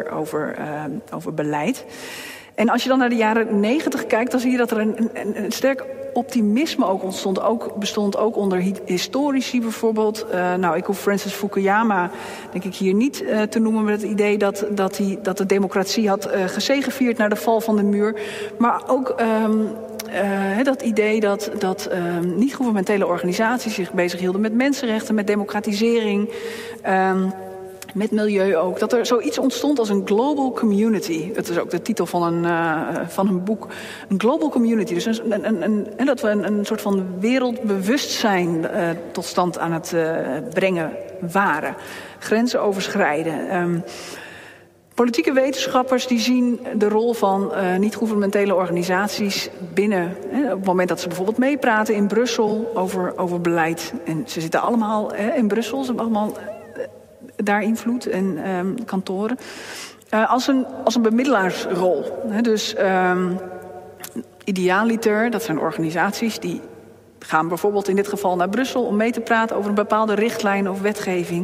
over beleid. En als je dan naar de jaren 90 kijkt, dan zie je dat er een sterk optimisme ook bestond ook onder historici bijvoorbeeld. Ik hoef Francis Fukuyama denk ik hier niet te noemen met het idee dat de democratie had gezegevierd na de val van de muur. Maar ook dat idee dat niet-gouvernementele organisaties zich bezighielden met mensenrechten, met democratisering, met milieu ook. Dat er zoiets ontstond als een global community. Dat is ook de titel van een boek. Een global community. Dus dat we een soort van wereldbewustzijn tot stand aan het brengen waren. Grenzen overschrijden. Politieke wetenschappers die zien de rol van niet-gouvernementele organisaties binnen. Op het moment dat ze bijvoorbeeld meepraten in Brussel over beleid. En ze zitten allemaal in Brussel. Ze hebben allemaal daar invloed en kantoren. Als een bemiddelaarsrol. Dus idealiter, dat zijn organisaties die gaan bijvoorbeeld in dit geval naar Brussel om mee te praten over een bepaalde richtlijn of wetgeving.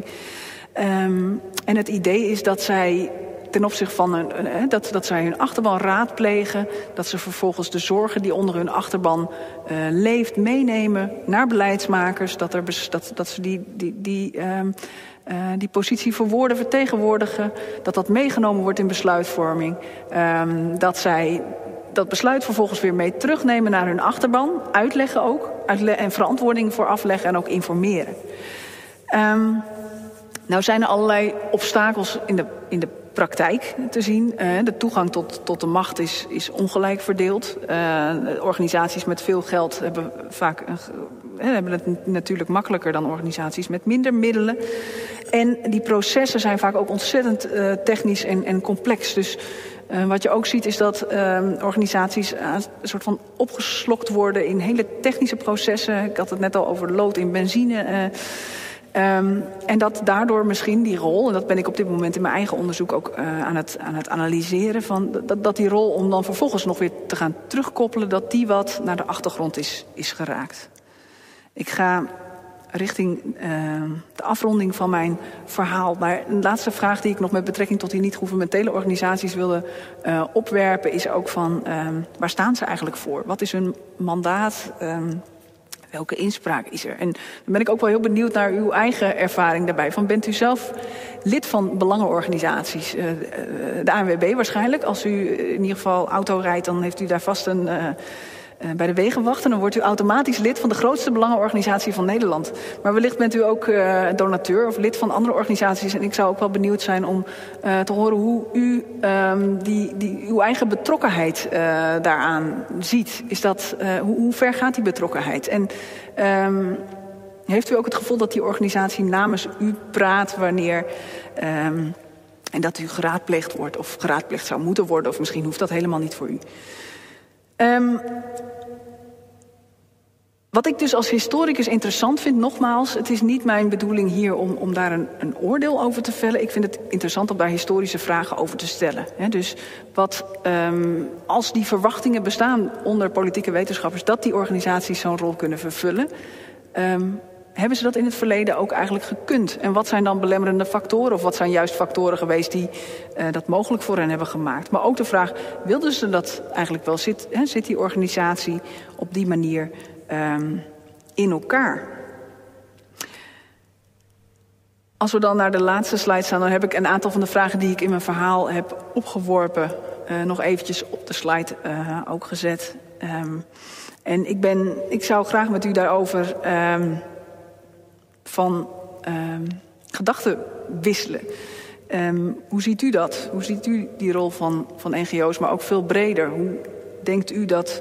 En het idee is dat zij ten opzichte van dat zij hun achterban raadplegen, dat ze vervolgens de zorgen die onder hun achterban leeft meenemen naar beleidsmakers, dat ze die positie verwoorden, vertegenwoordigen, dat meegenomen wordt in besluitvorming, dat zij dat besluit vervolgens weer mee terugnemen naar hun achterban, uitleggen ook, en verantwoording voor afleggen en ook informeren. Nou zijn er allerlei obstakels in de praktijk te zien. De toegang tot de macht is ongelijk verdeeld. Organisaties met veel geld hebben het natuurlijk makkelijker dan organisaties met minder middelen. En die processen zijn vaak ook ontzettend technisch en complex. Dus wat je ook ziet is dat organisaties een soort van opgeslokt worden in hele technische processen. Ik had het net al over lood in benzine. En dat daardoor misschien die rol, en dat ben ik op dit moment in mijn eigen onderzoek ook aan het analyseren, dat die rol om dan vervolgens nog weer te gaan terugkoppelen, dat die wat naar de achtergrond is geraakt. Ik ga richting de afronding van mijn verhaal. Maar een laatste vraag die ik nog met betrekking tot die niet-gouvernementele organisaties wilde opwerpen is ook van waar staan ze eigenlijk voor? Wat is hun mandaat? Welke inspraak is er? En dan ben ik ook wel heel benieuwd naar uw eigen ervaring daarbij. Bent u zelf lid van belangenorganisaties? De ANWB waarschijnlijk. Als u in ieder geval auto rijdt, dan heeft u daar vast bij de wegenwacht. En dan wordt u automatisch lid van de grootste belangenorganisatie van Nederland. Maar wellicht bent u ook donateur of lid van andere organisaties. En ik zou ook wel benieuwd zijn om te horen hoe u uw eigen betrokkenheid daaraan ziet. Is dat, hoe ver gaat die betrokkenheid? En Heeft u ook het gevoel dat die organisatie namens u praat wanneer... en dat u geraadpleegd wordt of geraadpleegd zou moeten worden... of misschien hoeft dat helemaal niet voor u. Wat ik dus als historicus interessant vind, nogmaals... het is niet mijn bedoeling hier om daar een oordeel over te vellen. Ik vind het interessant om daar historische vragen over te stellen. Dus als die verwachtingen bestaan onder politieke wetenschappers... dat die organisaties zo'n rol kunnen vervullen... hebben ze dat in het verleden ook eigenlijk gekund? En wat zijn dan belemmerende factoren? Of wat zijn juist factoren geweest die dat mogelijk voor hen hebben gemaakt? Maar ook de vraag, wilden ze dat eigenlijk wel? Zit die organisatie op die manier in elkaar? Als we dan naar de laatste slide staan... dan heb ik een aantal van de vragen die ik in mijn verhaal heb opgeworpen... nog eventjes op de slide ook gezet. En ik zou graag met u daarover... van gedachten wisselen. Hoe ziet u dat? Hoe ziet u die rol van NGO's, maar ook veel breder? Hoe denkt u dat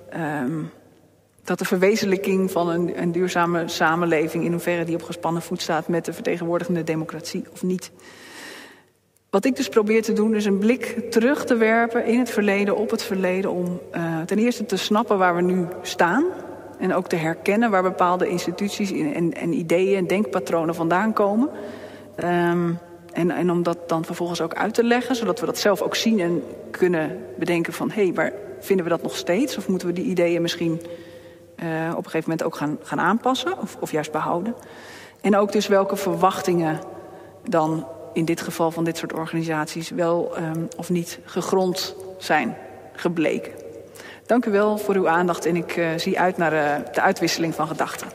de verwezenlijking van een duurzame samenleving... in hoeverre die op gespannen voet staat met de vertegenwoordigende democratie of niet? Wat ik dus probeer te doen is een blik terug te werpen in het verleden, op het verleden... om ten eerste te snappen waar we nu staan... En ook te herkennen waar bepaalde instituties en ideeën en denkpatronen vandaan komen. En om dat dan vervolgens ook uit te leggen, zodat we dat zelf ook zien en kunnen bedenken van... hé, waar vinden we dat nog steeds? Of moeten we die ideeën misschien op een gegeven moment ook gaan aanpassen of juist behouden? En ook dus welke verwachtingen dan in dit geval van dit soort organisaties wel of niet gegrond zijn gebleken. Dank u wel voor uw aandacht en ik zie uit naar de uitwisseling van gedachten.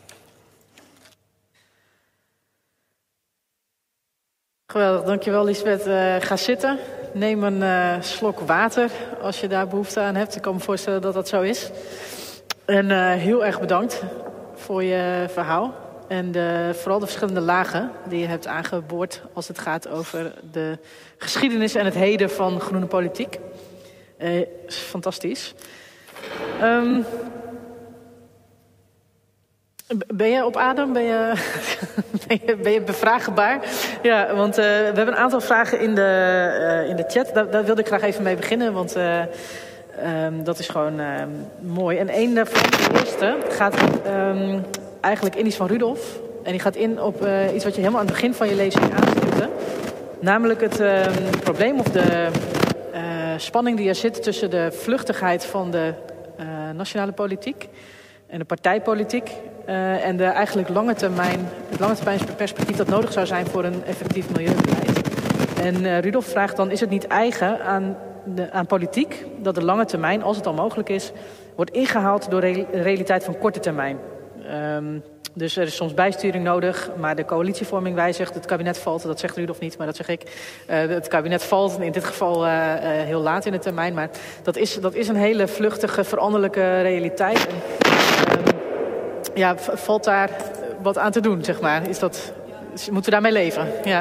Geweldig, dankjewel Lisbeth. Ga zitten. Neem een slok water als je daar behoefte aan hebt. Ik kan me voorstellen dat dat zo is. En heel erg bedankt voor je verhaal. En vooral de verschillende lagen die je hebt aangeboord als het gaat over de geschiedenis en het heden van groene politiek. Is fantastisch. Ben je op adem? Ben je bevraagbaar? Ja, want we hebben een aantal vragen in de chat. Daar wilde ik graag even mee beginnen, want dat is gewoon mooi. En een daarvan, de eerste, gaat eigenlijk in iets van Rudolf. En die gaat in op iets wat je helemaal aan het begin van je lezing aanstipte. Namelijk het probleem of de spanning die er zit tussen de vluchtigheid van de nationale politiek en de partijpolitiek en de eigenlijk het lange termijn perspectief dat nodig zou zijn voor een effectief milieubeleid. En Rudolf vraagt dan, is het niet eigen aan politiek dat de lange termijn, als het al mogelijk is, wordt ingehaald door de realiteit van korte termijn? Dus er is soms bijsturing nodig, maar de coalitievorming wijzigt. Het kabinet valt, dat zegt Rudolf niet, maar dat zeg ik. Het kabinet valt in dit geval heel laat in de termijn. Maar dat is een hele vluchtige, veranderlijke realiteit. En, valt daar wat aan te doen, zeg maar? Moeten we daarmee leven? Ja.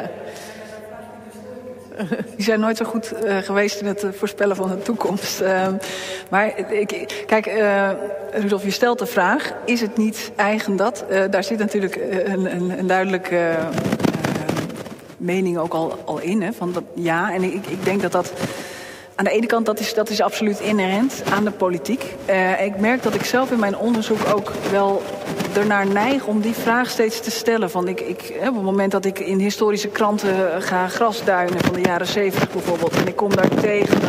Die zijn nooit zo goed geweest in het voorspellen van de toekomst. Maar kijk, Rudolf, je stelt de vraag, is het niet eigen dat? Daar zit natuurlijk een duidelijke mening ook al in. Hè, van dat, ja, en ik denk dat aan de ene kant, dat is absoluut inherent aan de politiek. Ik merk dat ik zelf in mijn onderzoek ook wel ernaar neig om die vraag steeds te stellen. Van op het moment dat ik in historische kranten ga grasduinen van de jaren 70 bijvoorbeeld, en ik kom daar tegen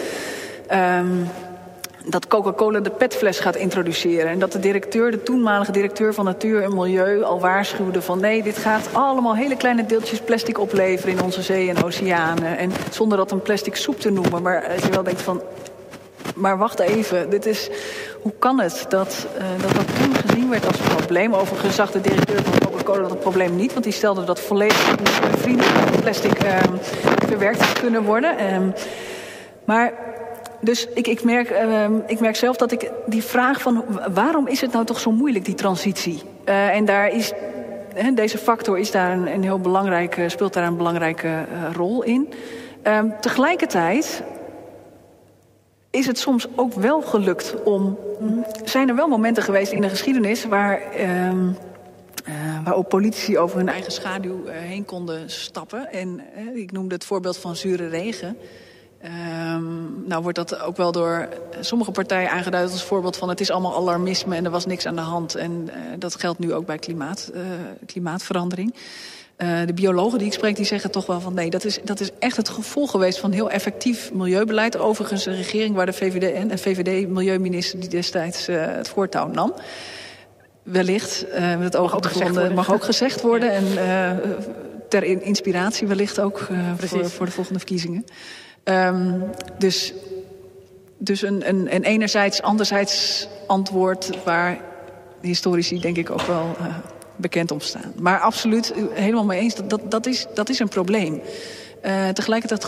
dat Coca-Cola de petfles gaat introduceren. En dat de toenmalige directeur van Natuur en Milieu al waarschuwde van nee, dit gaat allemaal hele kleine deeltjes plastic opleveren in onze zeeën en oceanen. En zonder dat een plastic soep te noemen. Maar als je wel denkt van, maar wacht even, hoe kan het dat toen gezien werd als een probleem? Overigens zag de directeur van Coca-Cola dat probleem niet, want die stelde dat volledig vriendelijk plastic verwerkt had kunnen worden. Maar dus ik merk zelf dat ik die vraag van waarom is het nou toch zo moeilijk, die transitie? En daar is deze factor speelt daar een belangrijke rol in. Tegelijkertijd is het soms ook wel gelukt zijn er wel momenten geweest in de geschiedenis waar waarop politici over hun eigen schaduw heen konden stappen. En ik noemde het voorbeeld van zure regen. Nou wordt dat ook wel door sommige partijen aangeduid als voorbeeld van het is allemaal alarmisme en er was niks aan de hand. En dat geldt nu ook bij klimaatverandering. De biologen die ik spreek, die zeggen toch wel van nee, dat is echt het gevolg geweest van heel effectief milieubeleid. Overigens een regering waar de VVD en een VVD-milieuminister die destijds het voortouw nam. Wellicht, met het oog op de grond, mag ook gezegd worden. En ter inspiratie wellicht ook voor de volgende verkiezingen. Dus een enerzijds, anderzijds antwoord waar historici denk ik ook wel bekend om staan. Maar absoluut, helemaal mee eens, dat is een probleem. Tegelijkertijd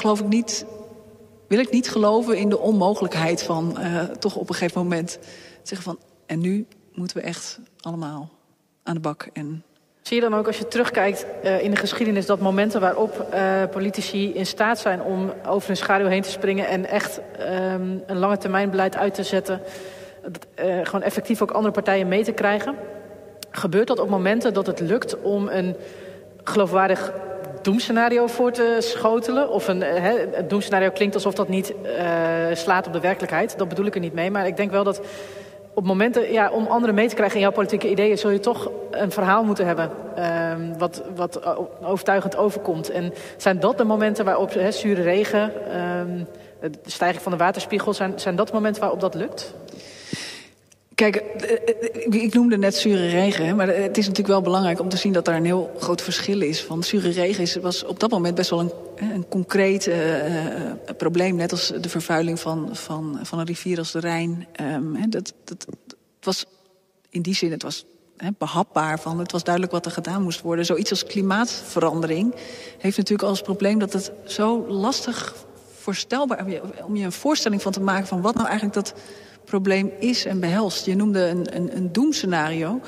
wil ik niet geloven in de onmogelijkheid van toch op een gegeven moment zeggen van en nu moeten we echt allemaal aan de bak. Zie je dan ook als je terugkijkt in de geschiedenis dat momenten waarop politici in staat zijn om over hun schaduw heen te springen en echt een lange termijn beleid uit te zetten, gewoon effectief ook andere partijen mee te krijgen? Gebeurt dat op momenten dat het lukt om een geloofwaardig doemscenario voor te schotelen? Of het doemscenario klinkt alsof dat niet slaat op de werkelijkheid. Dat bedoel ik er niet mee. Maar ik denk wel dat op momenten, om anderen mee te krijgen in jouw politieke ideeën, zul je toch een verhaal moeten hebben wat overtuigend overkomt. En zijn dat de momenten waarop zure regen, de stijging van de waterspiegel, zijn dat de momenten waarop dat lukt? Kijk, ik noemde net zure regen, maar het is natuurlijk wel belangrijk om te zien dat daar een heel groot verschil is. Want zure regen was op dat moment best wel een concreet probleem, net als de vervuiling van een rivier als de Rijn. Het was in die zin, het was behapbaar, het was duidelijk wat er gedaan moest worden. Zoiets als klimaatverandering heeft natuurlijk als probleem dat het zo lastig voorstelbaar is om je een voorstelling van te maken van wat nou eigenlijk dat probleem is en behelst. Je noemde een doemscenario.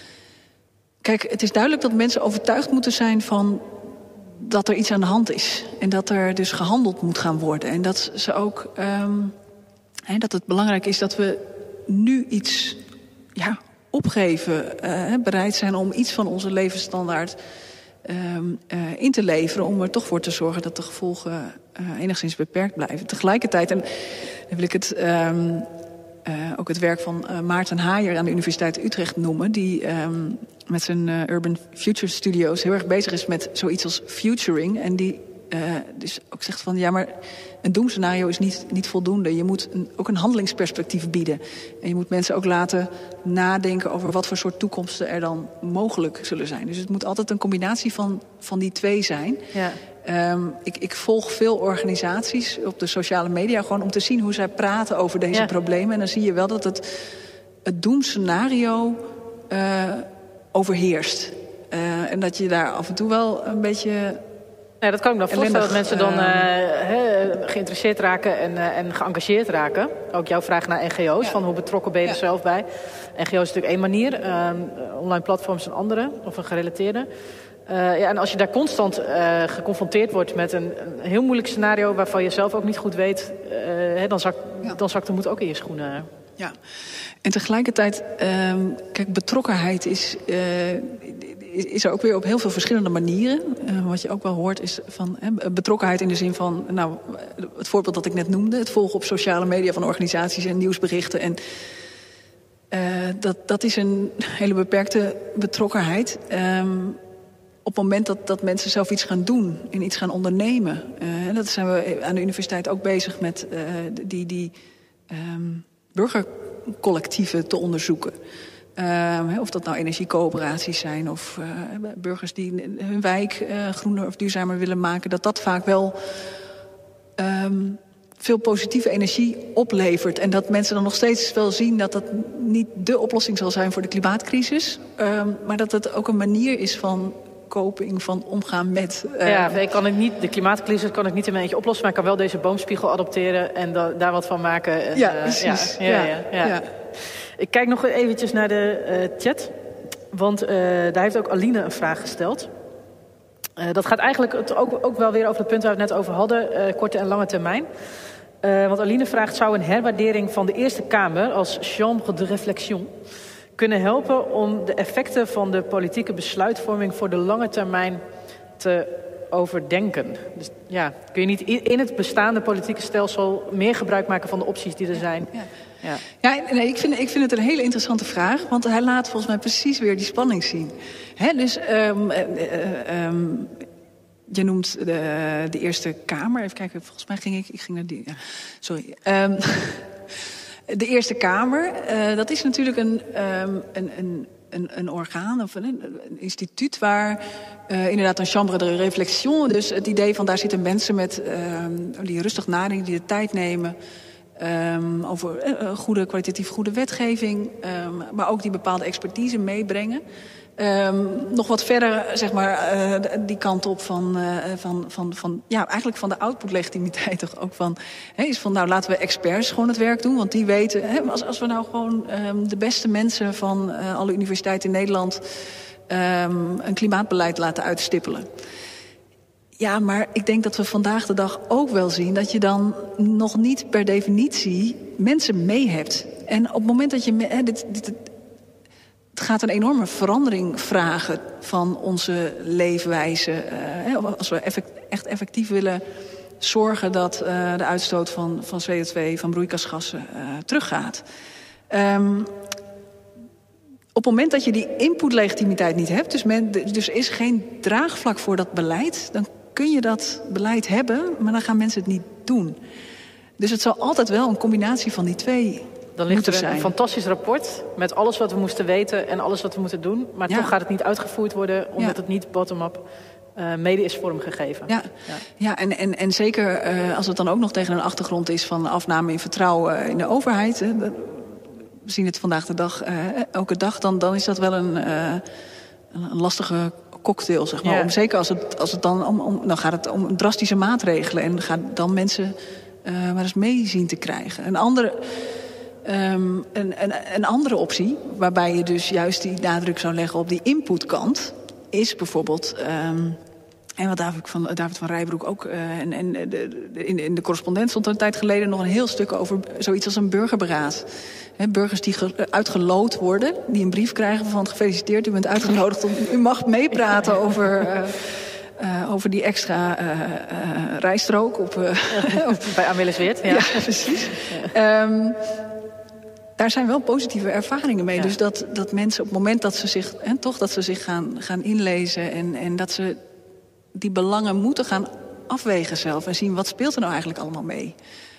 Kijk, het is duidelijk dat mensen overtuigd moeten zijn van dat er iets aan de hand is. En dat er dus gehandeld moet gaan worden. En dat ze ook dat het belangrijk is dat we nu iets opgeven. Bereid zijn om iets van onze levensstandaard in te leveren, om er toch voor te zorgen dat de gevolgen enigszins beperkt blijven. Tegelijkertijd, en dan wil ik het ook het werk van Maarten Haier aan de Universiteit Utrecht noemen, die met zijn Urban Future Studios heel erg bezig is met zoiets als futuring. En die dus ook zegt van ja, maar een doemscenario is niet voldoende. Je moet ook een handelingsperspectief bieden. En je moet mensen ook laten nadenken over wat voor soort toekomsten er dan mogelijk zullen zijn. Dus het moet altijd een combinatie van die twee zijn. Ja. Ik volg veel organisaties op de sociale media gewoon om te zien hoe zij praten over deze problemen. En dan zie je wel dat het doemscenario overheerst. En dat je daar af en toe wel een beetje... Ja, dat kan ik me voorstellen dat mensen dan geïnteresseerd raken en geëngageerd raken. Ook jouw vraag naar NGO's, van hoe betrokken ben je er zelf bij. NGO's is natuurlijk één manier, online platforms een andere, of een gerelateerde. En als je daar constant geconfronteerd wordt met een heel moeilijk scenario waarvan je zelf ook niet goed weet, dan zakt de moed ook in je schoenen. Ja, en tegelijkertijd, kijk, betrokkenheid is er ook weer op heel veel verschillende manieren. Wat je ook wel hoort is van betrokkenheid in de zin van, het voorbeeld dat ik net noemde, het volgen op sociale media van organisaties en nieuwsberichten. En dat is een hele beperkte betrokkenheid. Op het moment dat mensen zelf iets gaan doen en iets gaan ondernemen. En dat zijn we aan de universiteit ook bezig met die burgercollectieven te onderzoeken. Of dat nou energiecoöperaties zijn of burgers die hun wijk groener of duurzamer willen maken. Dat vaak wel veel positieve energie oplevert. En dat mensen dan nog steeds wel zien dat dat niet de oplossing zal zijn voor de klimaatcrisis. Maar dat het ook een manier is van coping, van omgaan met... de klimaatcrisis kan ik niet in mijn eentje oplossen, maar ik kan wel deze boomspiegel adopteren en daar wat van maken. En, precies. Ja. Ik kijk nog eventjes naar de chat, want daar heeft ook Aline een vraag gesteld. Dat gaat eigenlijk ook wel weer over het punt waar we het net over hadden, korte en lange termijn. Want Aline vraagt, zou een herwaardering van de Eerste Kamer als chambre de réflexion kunnen helpen om de effecten van de politieke besluitvorming voor de lange termijn te overdenken. Dus ja, kun je niet in het bestaande politieke stelsel meer gebruik maken van de opties die er zijn? Nee, ik vind het een hele interessante vraag, want hij laat volgens mij precies weer die spanning zien. Dus je noemt de Eerste Kamer. Even kijken, volgens mij ging ik naar die. Ja, sorry. De Eerste Kamer, dat is natuurlijk een orgaan of een instituut waar inderdaad een chambre de réflexion, dus het idee van daar zitten mensen met die rustig nadenken, die de tijd nemen over kwalitatief goede wetgeving, maar ook die bepaalde expertise meebrengen. Nog wat verder, zeg maar, die kant op van eigenlijk van de output-legitimiteit toch ook van, is van, nou, laten we experts gewoon het werk doen, want die weten, als we nou gewoon de beste mensen van alle universiteiten in Nederland een klimaatbeleid laten uitstippelen. Ja, maar ik denk dat we vandaag de dag ook wel zien dat je dan nog niet per definitie mensen mee hebt. En op het moment dat je het gaat een enorme verandering vragen van onze leefwijze. Als we echt effectief willen zorgen dat de uitstoot van CO2, van broeikasgassen, teruggaat. Op het moment dat je die inputlegitimiteit niet hebt, dus is geen draagvlak voor dat beleid, dan kun je dat beleid hebben, maar dan gaan mensen het niet doen. Dus het zal altijd wel een combinatie van die twee. Dan ligt er een fantastisch rapport met alles wat we moesten weten en alles wat we moeten doen. Maar toch gaat het niet uitgevoerd worden omdat het niet bottom-up mede is vormgegeven. En zeker als het dan ook nog tegen een achtergrond is van afname in vertrouwen in de overheid. We zien het vandaag de dag, elke dag, dan is dat wel een lastige cocktail, zeg maar. Ja. Zeker als het dan gaat het om drastische maatregelen en gaat dan mensen maar eens mee zien te krijgen. Een andere optie, waarbij je dus juist die nadruk zou leggen op die inputkant, is bijvoorbeeld, en wat David van Rijbroek ook, in de correspondent stond er een tijd geleden nog een heel stuk over zoiets als een burgerberaad. Burgers die uitgeloot worden, die een brief krijgen van gefeliciteerd, u bent uitgenodigd, u mag meepraten over die extra rijstrook bij Amelisweert. Ja, precies. Ja. Daar zijn wel positieve ervaringen mee. Ja. Dus dat mensen op het moment dat ze zich gaan inlezen en dat ze die belangen moeten gaan afwegen zelf en zien wat speelt er nou eigenlijk allemaal mee.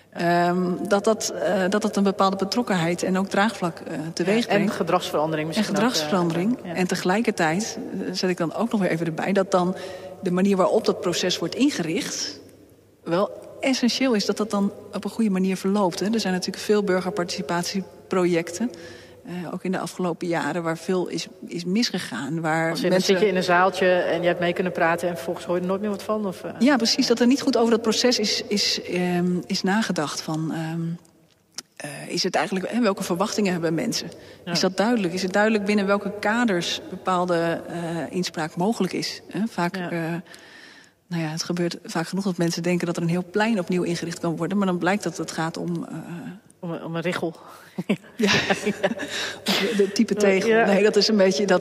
Dat een bepaalde betrokkenheid en ook draagvlak teweeg brengt. En gedragsverandering misschien. En tegelijkertijd zet ik dan ook nog weer even erbij dat dan de manier waarop dat proces wordt ingericht wel essentieel is dat dat dan op een goede manier verloopt. Er zijn natuurlijk veel burgerparticipatieprojecten, ook in de afgelopen jaren, waar veel is misgegaan. Dan zit je in een zaaltje en je hebt mee kunnen praten en vervolgens hoor je er nooit meer wat van? Of? Ja, precies. Dat er niet goed over dat proces is nagedacht. Is het eigenlijk, welke verwachtingen hebben mensen? Ja. Is dat duidelijk? Is het duidelijk binnen welke kaders bepaalde inspraak mogelijk is? Vaak... Ja. Het gebeurt vaak genoeg dat mensen denken dat er een heel plein opnieuw ingericht kan worden. Maar dan blijkt dat het gaat om een richel. Ja. De type tegel. Ja. Nee, dat is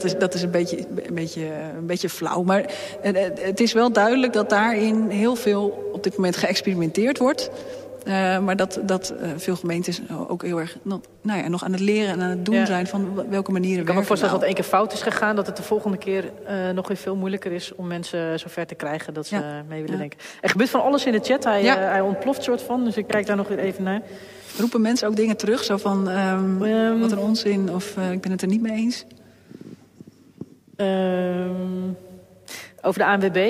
een beetje flauw. Maar het is wel duidelijk dat daarin heel veel op dit moment geëxperimenteerd wordt. Maar dat veel gemeentes ook heel erg nog aan het leren en aan het doen zijn van welke manieren. Ik kan me voorstellen dat het 1 keer fout is gegaan, dat het de volgende keer nog weer veel moeilijker is om mensen zover te krijgen dat ze mee willen denken. Er gebeurt van alles in de chat. Hij ontploft soort van, dus ik kijk daar nog weer even naar. Roepen mensen ook dingen terug, zo van wat een onzin of ik ben het er niet mee eens? Over de ANWB.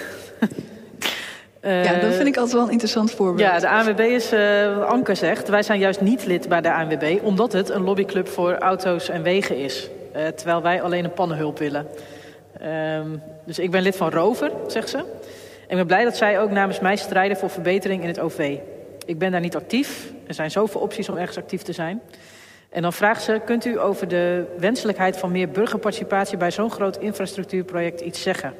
Dat vind ik altijd wel een interessant voorbeeld. Ja, de ANWB is, Anke zegt, wij zijn juist niet lid bij de ANWB, omdat het een lobbyclub voor auto's en wegen is. Terwijl wij alleen een pannenhulp willen. Dus ik ben lid van Rover, zegt ze. En ik ben blij dat zij ook namens mij strijden voor verbetering in het OV. Ik ben daar niet actief. Er zijn zoveel opties om ergens actief te zijn. En dan vraagt ze, kunt u over de wenselijkheid van meer burgerparticipatie bij zo'n groot infrastructuurproject iets zeggen?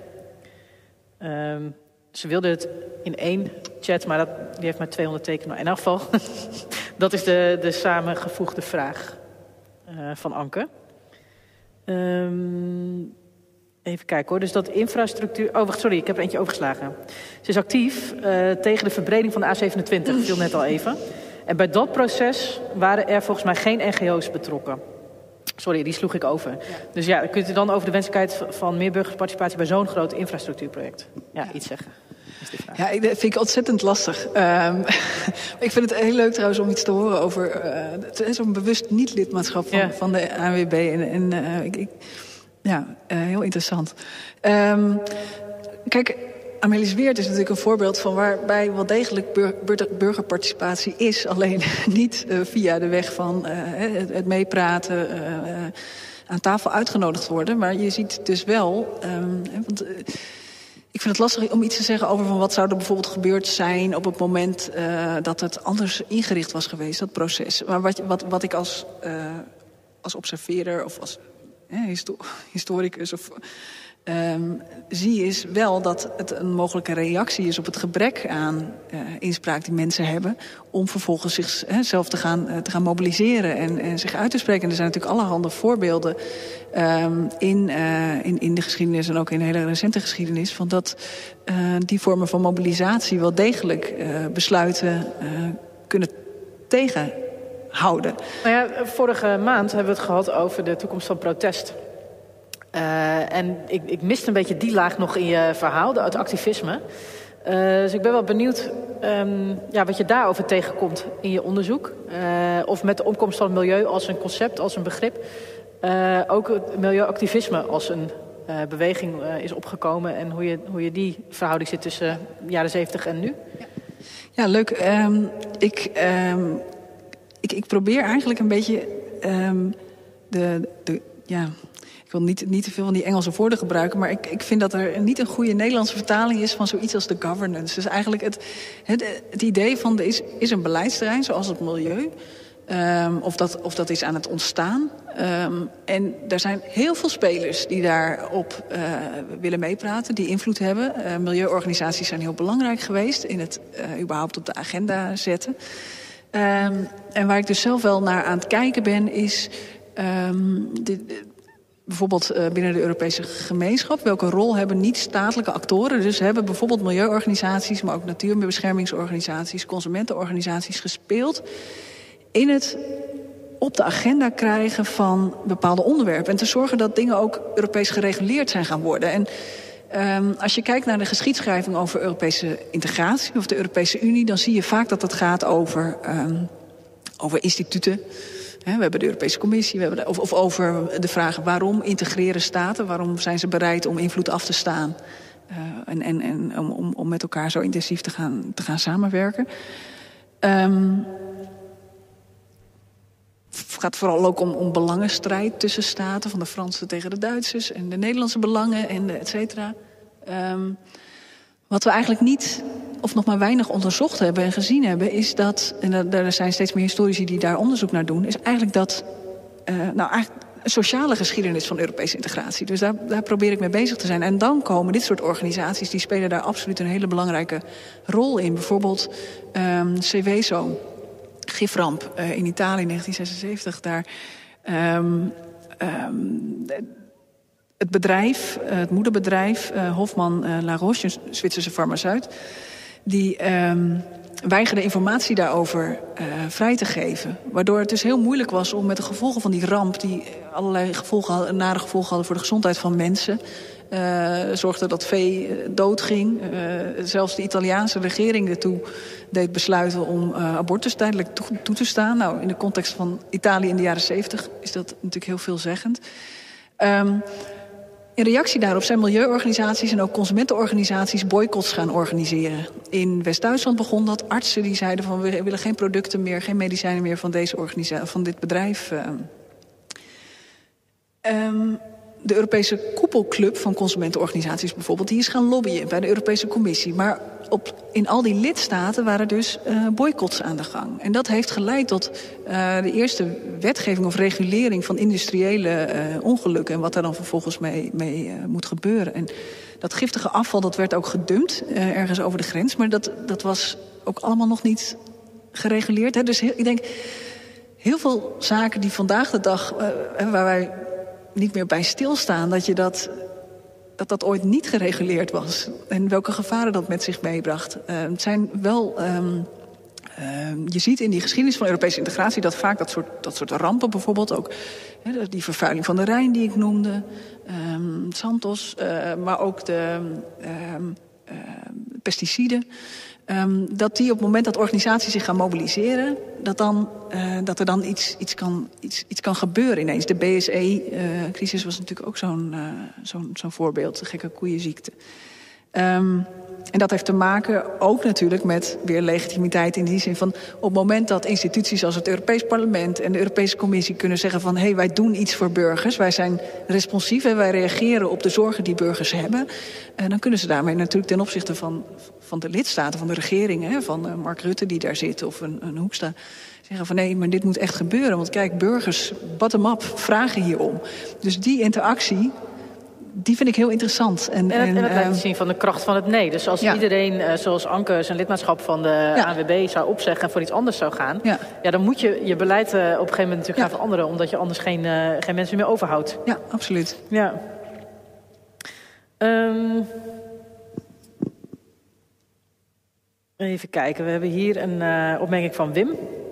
Ze wilde het in 1 chat, maar die heeft maar 200 tekenen. Maar in elk geval, dat is de samengevoegde vraag van Anke. Even kijken hoor. Dus dat infrastructuur... Oh, wacht, sorry, ik heb er eentje overgeslagen. Ze is actief tegen de verbreding van de A27, viel net al even. En bij dat proces waren er volgens mij geen NGO's betrokken. Sorry, die sloeg ik over. Ja. Dus ja, kunt u dan over de wenselijkheid van meer burgerparticipatie bij zo'n groot infrastructuurproject iets zeggen? Ja, dat vind ik ontzettend lastig. Ik vind het heel leuk trouwens om iets te horen over zo'n bewust niet-lidmaatschap van de ANWB. Heel interessant. Kijk, Amelis Weert is natuurlijk een voorbeeld van waarbij wel degelijk burgerparticipatie is. Alleen niet via de weg van het meepraten, aan tafel uitgenodigd worden. Maar je ziet dus wel... ik vind het lastig om iets te zeggen over van wat zou er bijvoorbeeld gebeurd zijn op het moment dat het anders ingericht was geweest, dat proces. Maar wat ik als observeerder of als historicus zie is wel dat het een mogelijke reactie is op het gebrek aan inspraak die mensen hebben om vervolgens zichzelf te gaan mobiliseren en zich uit te spreken. En er zijn natuurlijk allerhande voorbeelden in de geschiedenis en ook in de hele recente geschiedenis van dat die vormen van mobilisatie wel degelijk besluiten kunnen tegenhouden. Nou ja, vorige maand hebben we het gehad over de toekomst van protest. En ik miste een beetje die laag nog in je verhaal, het activisme. Dus ik ben wel benieuwd wat je daarover tegenkomt in je onderzoek. Of met de opkomst van het milieu als een concept, als een begrip. Ook het milieuactivisme als een beweging is opgekomen. En hoe je die verhouding zit tussen jaren 70 en nu. Ja, leuk. Ik probeer eigenlijk een beetje ik wil niet te veel van die Engelse woorden gebruiken, maar ik vind dat er niet een goede Nederlandse vertaling is van zoiets als de governance. Dus eigenlijk het idee van er is een beleidsterrein, zoals het milieu. Of dat is aan het ontstaan. En er zijn heel veel spelers die daarop willen meepraten, die invloed hebben. Milieuorganisaties zijn heel belangrijk geweest in het überhaupt op de agenda zetten. En waar ik dus zelf wel naar aan het kijken ben, is bijvoorbeeld binnen de Europese gemeenschap. Welke rol hebben niet-statelijke actoren? Dus hebben bijvoorbeeld milieuorganisaties, maar ook natuurbeschermingsorganisaties, consumentenorganisaties gespeeld in het op de agenda krijgen van bepaalde onderwerpen. En te zorgen dat dingen ook Europees gereguleerd zijn gaan worden. En als je kijkt naar de geschiedschrijving over Europese integratie of de Europese Unie, dan zie je vaak dat het gaat over instituten. We hebben de Europese Commissie, of over de vraag waarom integreren staten, waarom zijn ze bereid om invloed af te staan en om met elkaar zo intensief te gaan samenwerken. Het gaat vooral ook om belangenstrijd tussen staten, van de Fransen tegen de Duitsers en de Nederlandse belangen en et cetera. Wat we eigenlijk niet of nog maar weinig onderzocht hebben en gezien hebben, is dat, en er zijn steeds meer historici die daar onderzoek naar doen, is eigenlijk dat eigenlijk een sociale geschiedenis van Europese integratie. Dus daar probeer ik mee bezig te zijn. En dan komen dit soort organisaties, die spelen daar absoluut een hele belangrijke rol in. Bijvoorbeeld Seveso, giframp in Italië in 1976. Daar het bedrijf, het moederbedrijf, Hofmann La Roche, een Zwitserse farmaceut, die weigerde informatie daarover vrij te geven. Waardoor het dus heel moeilijk was om met de gevolgen van die ramp, die allerlei nare gevolgen hadden voor de gezondheid van mensen, zorgde dat vee doodging. Zelfs de Italiaanse regering ertoe deed besluiten om abortus tijdelijk toe te staan. Nou, in de context van Italië in de jaren 70 is dat natuurlijk heel veelzeggend. In reactie daarop zijn milieuorganisaties en ook consumentenorganisaties boycotts gaan organiseren. In West-Duitsland begon dat. Artsen die zeiden van we willen geen producten meer, geen medicijnen meer van dit bedrijf. De Europese koepelclub van consumentenorganisaties bijvoorbeeld, die is gaan lobbyen bij de Europese Commissie. Maar in al die lidstaten waren dus boycotts aan de gang. En dat heeft geleid tot de eerste wetgeving of regulering van industriële ongelukken. En wat daar dan vervolgens mee moet gebeuren. En dat giftige afval, dat werd ook gedumpt ergens over de grens. Maar dat was ook allemaal nog niet gereguleerd. Hè? Dus ik denk, heel veel zaken die vandaag de dag, waar wij niet meer bij stilstaan dat ooit niet gereguleerd was. En welke gevaren dat met zich meebracht. Het zijn wel... je ziet in die geschiedenis van Europese integratie dat vaak dat soort rampen bijvoorbeeld ook... die vervuiling van de Rijn die ik noemde, Santos, maar ook de pesticiden... dat die op het moment dat organisaties zich gaan mobiliseren... dat er dan iets kan gebeuren ineens. De BSE-crisis was natuurlijk ook zo'n voorbeeld, de gekke koeienziekte. En dat heeft te maken ook natuurlijk met weer legitimiteit in die zin van... op het moment dat instituties als het Europees Parlement en de Europese Commissie kunnen zeggen van... hé, wij doen iets voor burgers, wij zijn responsief en wij reageren op de zorgen die burgers hebben... dan kunnen ze daarmee natuurlijk ten opzichte van de lidstaten, van de regeringen... van Mark Rutte die daar zit of een Hoekstra... zeggen van nee, maar dit moet echt gebeuren. Want kijk, burgers, bottom-up, vragen hierom. Dus die interactie... die vind ik heel interessant. En het laat zien van de kracht van het nee. Dus als iedereen, zoals Anke, zijn lidmaatschap van de ANWB zou opzeggen... en voor iets anders zou gaan... Ja, dan moet je beleid op een gegeven moment natuurlijk gaan veranderen... omdat je anders geen mensen meer overhoudt. Ja, absoluut. Ja. Even kijken, we hebben hier een opmerking van Wim.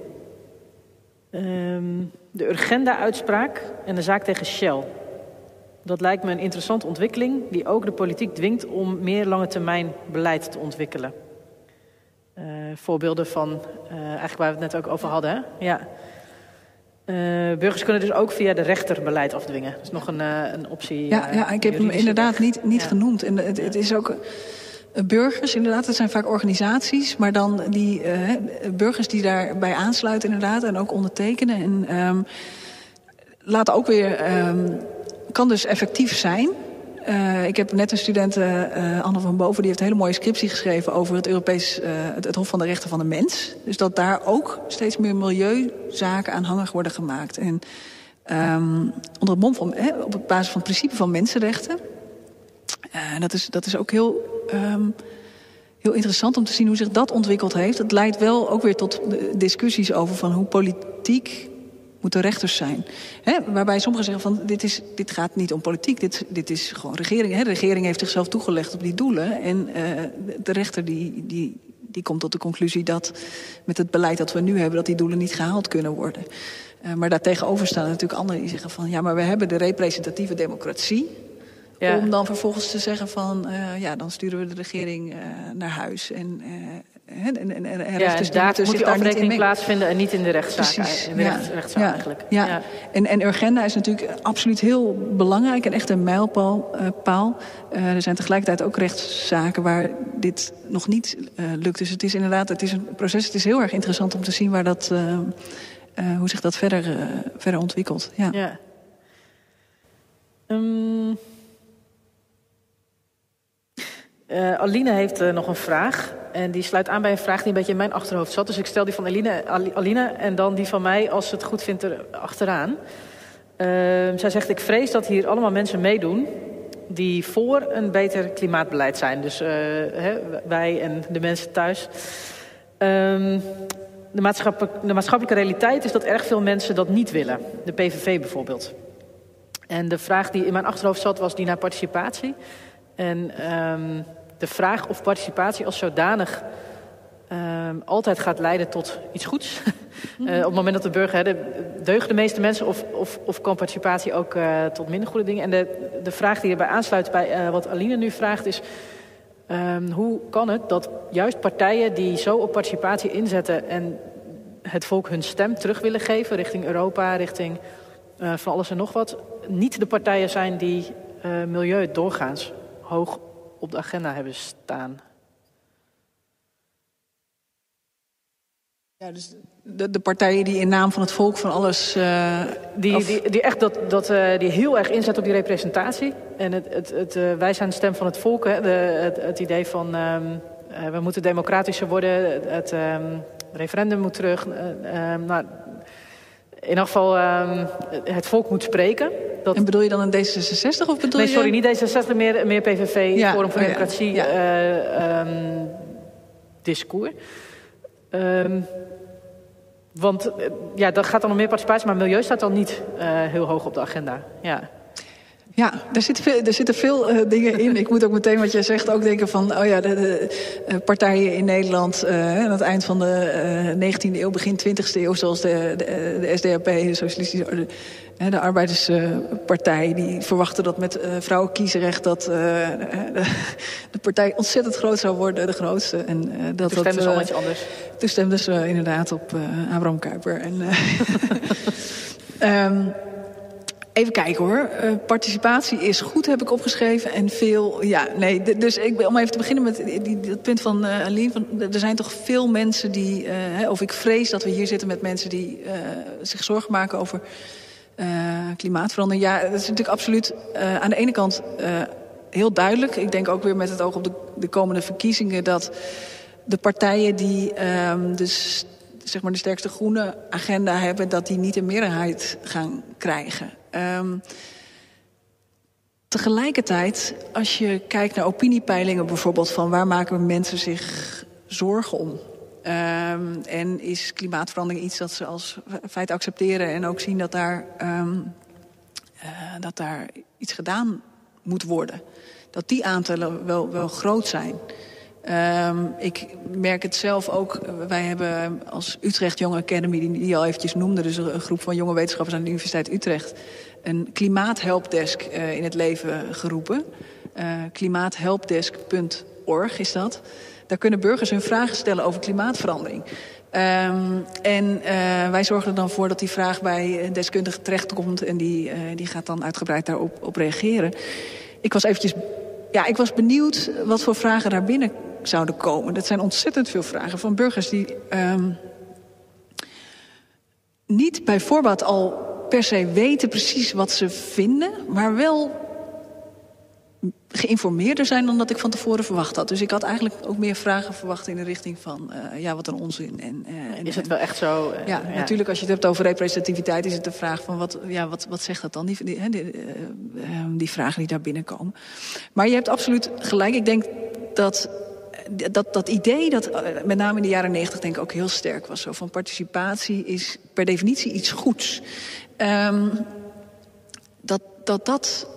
De Urgenda-uitspraak en de zaak tegen Shell... Dat lijkt me een interessante ontwikkeling... die ook de politiek dwingt om meer lange termijn beleid te ontwikkelen. Voorbeelden van, eigenlijk waar we het net ook over hadden. Hè? Ja. Burgers kunnen dus ook via de rechter beleid afdwingen. Dat is nog een optie. Ja, ik heb hem inderdaad niet genoemd. En het is ook... burgers, inderdaad, dat zijn vaak organisaties... maar dan die burgers die daarbij aansluiten inderdaad... en ook ondertekenen. En laten ook weer... kan dus effectief zijn. Ik heb net een student, Anne van Boven... die heeft een hele mooie scriptie geschreven... over het Europees het Hof van de Rechten van de Mens. Dus dat daar ook steeds meer milieuzaken aanhangig worden gemaakt. En onder het mom van... op basis van het principe van mensenrechten. Dat is ook heel interessant om te zien hoe zich dat ontwikkeld heeft. Het leidt wel ook weer tot discussies over... van hoe politiek... moeten rechters zijn. Waarbij sommigen zeggen van dit gaat niet om politiek. Dit is gewoon regering. De regering heeft zichzelf toegelegd op die doelen. En de rechter die komt tot de conclusie dat met het beleid dat we nu hebben... dat die doelen niet gehaald kunnen worden. Maar daartegenover staan natuurlijk anderen die zeggen van... ja, maar we hebben de representatieve democratie... Ja. Om dan vervolgens te zeggen van... dan sturen we de regering naar huis. En rechters daar moeten moet zich die daar niet in plaatsvinden en niet in de rechtszaak. Precies. In de rechtszaak eigenlijk. Ja. En Urgenda is natuurlijk absoluut heel belangrijk en echt een mijlpaal. Er zijn tegelijkertijd ook rechtszaken waar dit nog niet lukt. Dus het is inderdaad, het is een proces. Het is heel erg interessant om te zien waar dat, hoe zich dat verder ontwikkelt. Ja. Aline heeft nog een vraag. En die sluit aan bij een vraag die een beetje in mijn achterhoofd zat. Dus ik stel die van Aline en dan die van mij, als ze het goed vindt, erachteraan. Zij zegt, ik vrees dat hier allemaal mensen meedoen... die voor een beter klimaatbeleid zijn. Dus wij en de mensen thuis. De maatschappelijke realiteit is dat erg veel mensen dat niet willen. De PVV bijvoorbeeld. En de vraag die in mijn achterhoofd zat was die naar participatie. En de vraag of participatie als zodanig altijd gaat leiden tot iets goeds. Op het moment dat de burger... deugen de meeste mensen of kan participatie ook tot minder goede dingen. En de vraag die erbij aansluit bij wat Aline nu vraagt is... hoe kan het dat juist partijen die zo op participatie inzetten... en het volk hun stem terug willen geven richting Europa, richting van alles en nog wat... niet de partijen zijn die milieu doorgaans hoog op de agenda hebben staan. Ja, dus de partijen die in naam van het volk van alles... Die echt die heel erg inzet op die representatie. En wij zijn de stem van het volk. Hè? Het idee van we moeten democratischer worden. Het referendum moet terug. In elk geval, het volk moet spreken. En bedoel je dan een D66 of bedoel je... Nee, sorry, niet D66, meer PVV, Forum voor Democratie, discours. Want dat gaat dan om meer participatie, maar milieu staat dan niet heel hoog op de agenda. Ja. Ja, er zitten veel dingen in. Ik moet ook meteen wat jij zegt ook denken van... de partijen in Nederland aan het eind van de 19e eeuw... begin 20e eeuw, zoals de SDAP, de Socialistische de Arbeiderspartij... die verwachten dat met vrouwenkiesrecht... dat de partij ontzettend groot zou worden, de grootste. En toen stemden ze al iets anders. Toen stemden ze inderdaad op Abraham Kuyper. Even kijken hoor. Participatie is goed, heb ik opgeschreven. En veel, dus om even te beginnen met dat punt van Aline. Er zijn toch veel mensen die... of ik vrees dat we hier zitten met mensen die zich zorgen maken over klimaatverandering. Ja, dat is natuurlijk absoluut aan de ene kant heel duidelijk. Ik denk ook weer met het oog op de komende verkiezingen... dat de partijen die dus zeg maar de sterkste groene agenda hebben... dat die niet een meerderheid gaan krijgen. Tegelijkertijd, als je kijkt naar opiniepeilingen bijvoorbeeld... van waar maken mensen zich zorgen om? En is klimaatverandering iets dat ze als feit accepteren... en ook zien dat daar iets gedaan moet worden. Dat die aantallen wel groot zijn. Ik merk het zelf ook. Wij hebben als Utrecht Young Academy, die je al eventjes noemde... dus een groep van jonge wetenschappers aan de Universiteit Utrecht... een klimaathelpdesk in het leven geroepen. Klimaathelpdesk.org is dat. Daar kunnen burgers hun vragen stellen over klimaatverandering. Wij zorgen er dan voor dat die vraag bij een deskundige terechtkomt... en die gaat dan uitgebreid daarop reageren. Ik was benieuwd wat voor vragen daar binnen zouden komen. Dat zijn ontzettend veel vragen van burgers die niet bij voorbaat al per se weten precies wat ze vinden... maar wel geïnformeerder zijn dan dat ik van tevoren verwacht had. Dus ik had eigenlijk ook meer vragen verwacht in de richting van... wat een onzin. Is het wel echt zo? Natuurlijk als je het hebt over representativiteit... is het de vraag van wat zegt dat dan? Die vragen die daar binnenkomen. Maar je hebt absoluut gelijk. Ik denk dat idee dat met name in de jaren 90 denk ik ook heel sterk was. Zo van participatie is per definitie iets goeds. Dat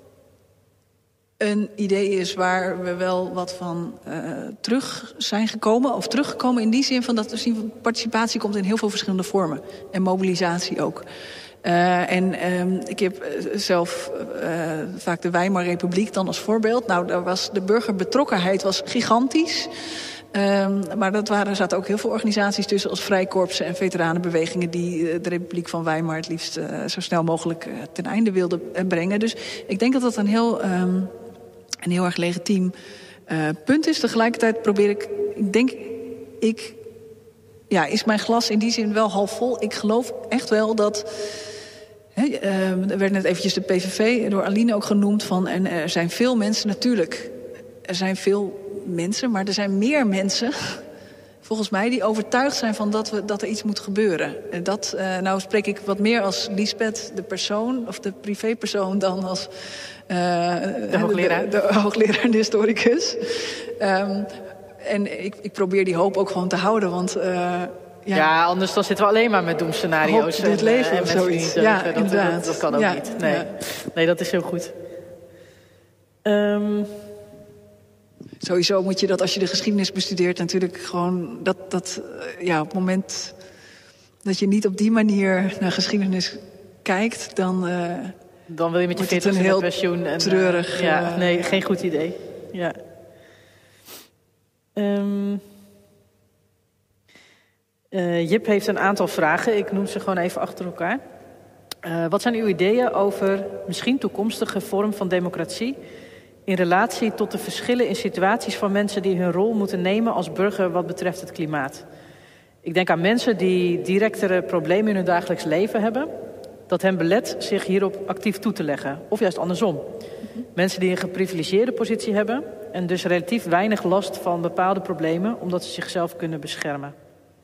een idee is waar we wel wat van terug zijn gekomen. Of teruggekomen in die zin van dat we zien van participatie komt in heel veel verschillende vormen. En mobilisatie ook. Ik heb zelf vaak de Weimarrepubliek dan als voorbeeld. Nou, daar was de burgerbetrokkenheid was gigantisch. Maar er zaten ook heel veel organisaties tussen als vrijkorpsen en veteranenbewegingen die de Republiek van Weimar het liefst zo snel mogelijk ten einde wilden brengen. Dus ik denk dat dat een heel erg legitiem punt is. Tegelijkertijd is mijn glas in die zin wel half vol. Ik geloof echt wel dat... er werd net eventjes de PVV door Aline ook genoemd van... en er zijn veel mensen, natuurlijk. Er zijn veel mensen, maar er zijn meer mensen... volgens mij die overtuigd zijn van dat er iets moet gebeuren. Nou spreek ik wat meer als Liesbeth, de persoon... of de privépersoon dan als... de hoogleraar. De hoogleraar en de historicus. En ik probeer die hoop ook gewoon te houden, want... anders dan zitten we alleen maar met doemscenario's. Hoop dit leven of zoiets. Dat kan ook niet. Nee, dat is heel goed. Sowieso moet je dat als je de geschiedenis bestudeert... natuurlijk gewoon op het moment dat je niet op die manier naar geschiedenis kijkt... dan wil je met je 40 in pensioen. En, treurig. Geen goed idee. Ja. Jip heeft een aantal vragen. Ik noem ze gewoon even achter elkaar. Wat zijn uw ideeën over misschien toekomstige vorm van democratie... in relatie tot de verschillen in situaties van mensen... die hun rol moeten nemen als burger wat betreft het klimaat? Ik denk aan mensen die directere problemen in hun dagelijks leven hebben... dat hen belet zich hierop actief toe te leggen. Of juist andersom. Mensen die een geprivilegeerde positie hebben... en dus relatief weinig last van bepaalde problemen... omdat ze zichzelf kunnen beschermen.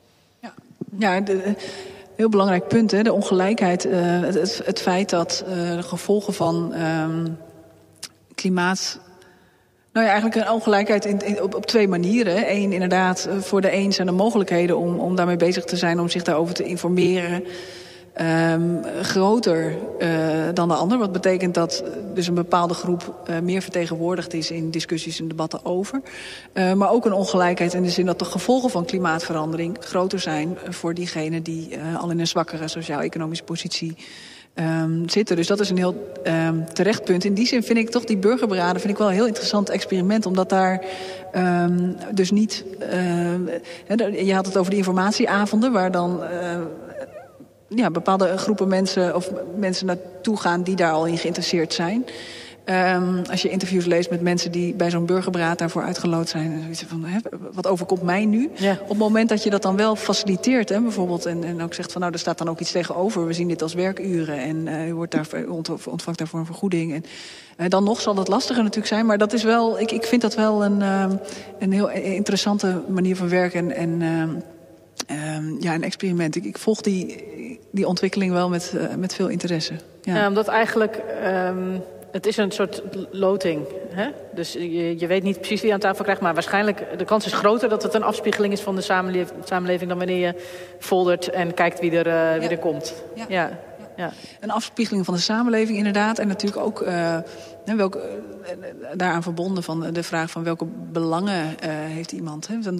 Heel belangrijk punt, hè? De ongelijkheid. Het feit dat de gevolgen van klimaat... eigenlijk een ongelijkheid op twee manieren. Eén, inderdaad, voor de een zijn er mogelijkheden om daarmee bezig te zijn... om zich daarover te informeren... groter dan de ander. Wat betekent dat dus een bepaalde groep meer vertegenwoordigd is in discussies en debatten over. Maar ook een ongelijkheid in de zin dat de gevolgen van klimaatverandering groter zijn voor diegenen die al in een zwakkere sociaal-economische positie zitten. Dus dat is een heel terecht punt. In die zin vind ik toch die burgerberaden wel een heel interessant experiment. Omdat daar dus niet... je had het over de informatieavonden waar dan... bepaalde groepen mensen of mensen naartoe gaan die daar al in geïnteresseerd zijn. Als je interviews leest met mensen die bij zo'n burgerberaad daarvoor uitgeloot zijn. En zoiets van, wat overkomt mij nu? Ja. Op het moment dat je dat dan wel faciliteert, bijvoorbeeld. En ook zegt van, er staat dan ook iets tegenover. We zien dit als werkuren en u ontvangt daarvoor een vergoeding. En dan nog zal dat lastiger natuurlijk zijn. Maar dat is wel, ik vind dat wel een heel interessante manier van werken. En een experiment. Ik volg die ontwikkeling wel met veel interesse. Ja, omdat eigenlijk... het is een soort loting. Hè? Dus je weet niet precies wie je aan tafel krijgt. Maar waarschijnlijk, de kans is groter dat het een afspiegeling is van de samenleving dan wanneer je foldert en kijkt wie er komt. Ja. Een afspiegeling van de samenleving inderdaad. En natuurlijk ook daaraan verbonden van de vraag van welke belangen heeft iemand. Hè?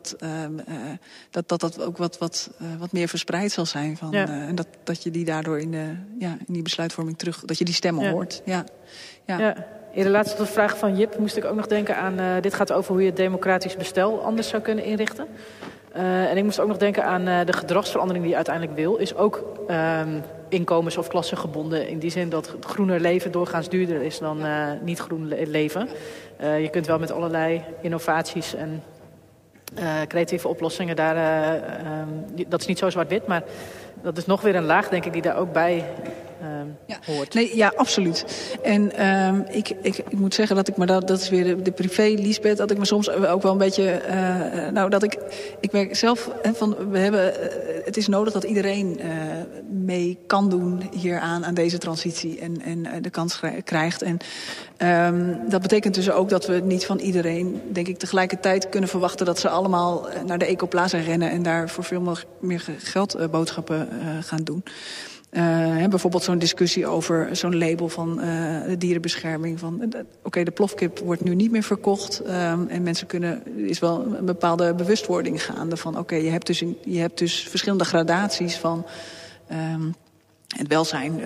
Dat ook wat meer verspreid zal zijn. Van, en dat je die daardoor in die besluitvorming dat je die stemmen hoort. Ja. In relatie tot de vraag van Jip moest ik ook nog denken aan... dit gaat over hoe je het democratisch bestel anders zou kunnen inrichten. En ik moest ook nog denken aan de gedragsverandering die je uiteindelijk wil. Is ook inkomens- of klassengebonden. In die zin dat groener leven doorgaans duurder is dan niet groen leven. Je kunt wel met allerlei innovaties en creatieve oplossingen daar... dat is niet zo zwart-wit, maar dat is nog weer een laag, denk ik, die daar ook bij... hoort. Nee, ja, absoluut. En ik moet zeggen dat ik me dat is weer de privé Liesbeth, dat ik me soms ook wel een beetje dat ik merk zelf van het is nodig dat iedereen mee kan doen hieraan aan deze transitie en de kans krijgt. En dat betekent dus ook dat we niet van iedereen, denk ik, tegelijkertijd kunnen verwachten dat ze allemaal naar de Ecoplaza rennen en daar voor veel meer geld boodschappen gaan doen. Bijvoorbeeld zo'n discussie over zo'n label van de dierenbescherming. De plofkip wordt nu niet meer verkocht. En mensen er is wel een bepaalde bewustwording gaande van je hebt dus verschillende gradaties van het welzijn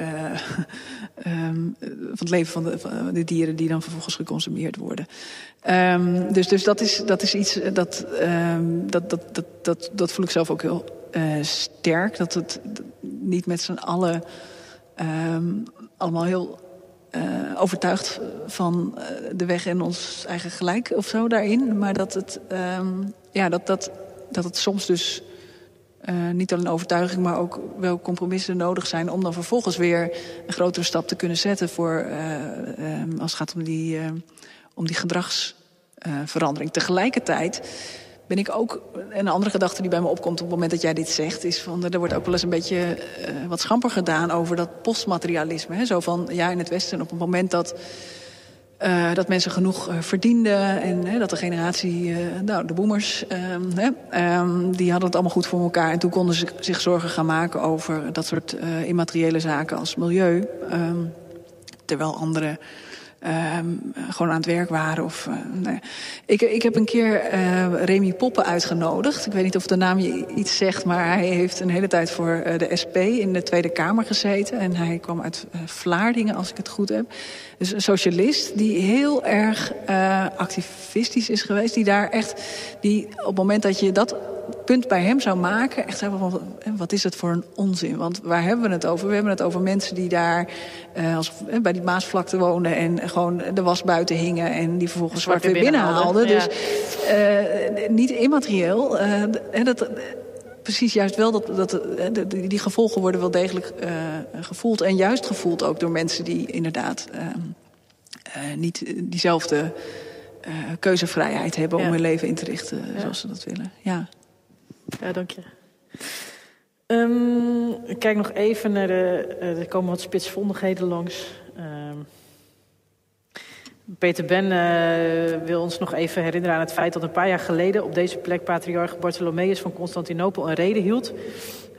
van het leven van de dieren die dan vervolgens geconsumeerd worden. Dus dat is iets dat voel ik zelf ook heel sterk. Dat het niet met z'n allen allemaal heel overtuigd van de weg en ons eigen gelijk of zo daarin. Maar dat het soms dus niet alleen overtuiging, maar ook wel compromissen nodig zijn om dan vervolgens weer een grotere stap te kunnen zetten voor als het gaat om die gedragsverandering. Tegelijkertijd ben ik ook, een andere gedachte die bij me opkomt op het moment dat jij dit zegt, is van er wordt ook wel eens een beetje wat schamper gedaan over dat postmaterialisme. Hè? Zo van, in het Westen op het moment dat mensen genoeg verdienden en dat de generatie, de boomers, die hadden het allemaal goed voor elkaar. En toen konden ze zich zorgen gaan maken over dat soort immateriële zaken als milieu. Terwijl anderen gewoon aan het werk waren. Ik heb een keer Remy Poppen uitgenodigd. Ik weet niet of de naam je iets zegt, maar hij heeft een hele tijd voor de SP in de Tweede Kamer gezeten. En hij kwam uit Vlaardingen, als ik het goed heb. Dus een socialist die heel erg activistisch is geweest. Die op het moment dat je dat punt bij hem zou maken, echt zeggen van, wat is het voor een onzin? Want waar hebben we het over? We hebben het over mensen die daar bij die Maasvlakte woonden en gewoon de was buiten hingen en die vervolgens zwart weer binnenhaalden. Ja. Dus niet immaterieel. Precies juist wel die gevolgen worden wel degelijk gevoeld. En juist gevoeld ook door mensen die inderdaad niet diezelfde keuzevrijheid hebben om hun leven in te richten zoals ze dat willen. Ja, dank je. Ik kijk nog even naar er komen wat spitsvondigheden langs. Peter Ben wil ons nog even herinneren aan het feit dat een paar jaar geleden op deze plek patriarch Bartholomeus van Constantinopel een rede hield.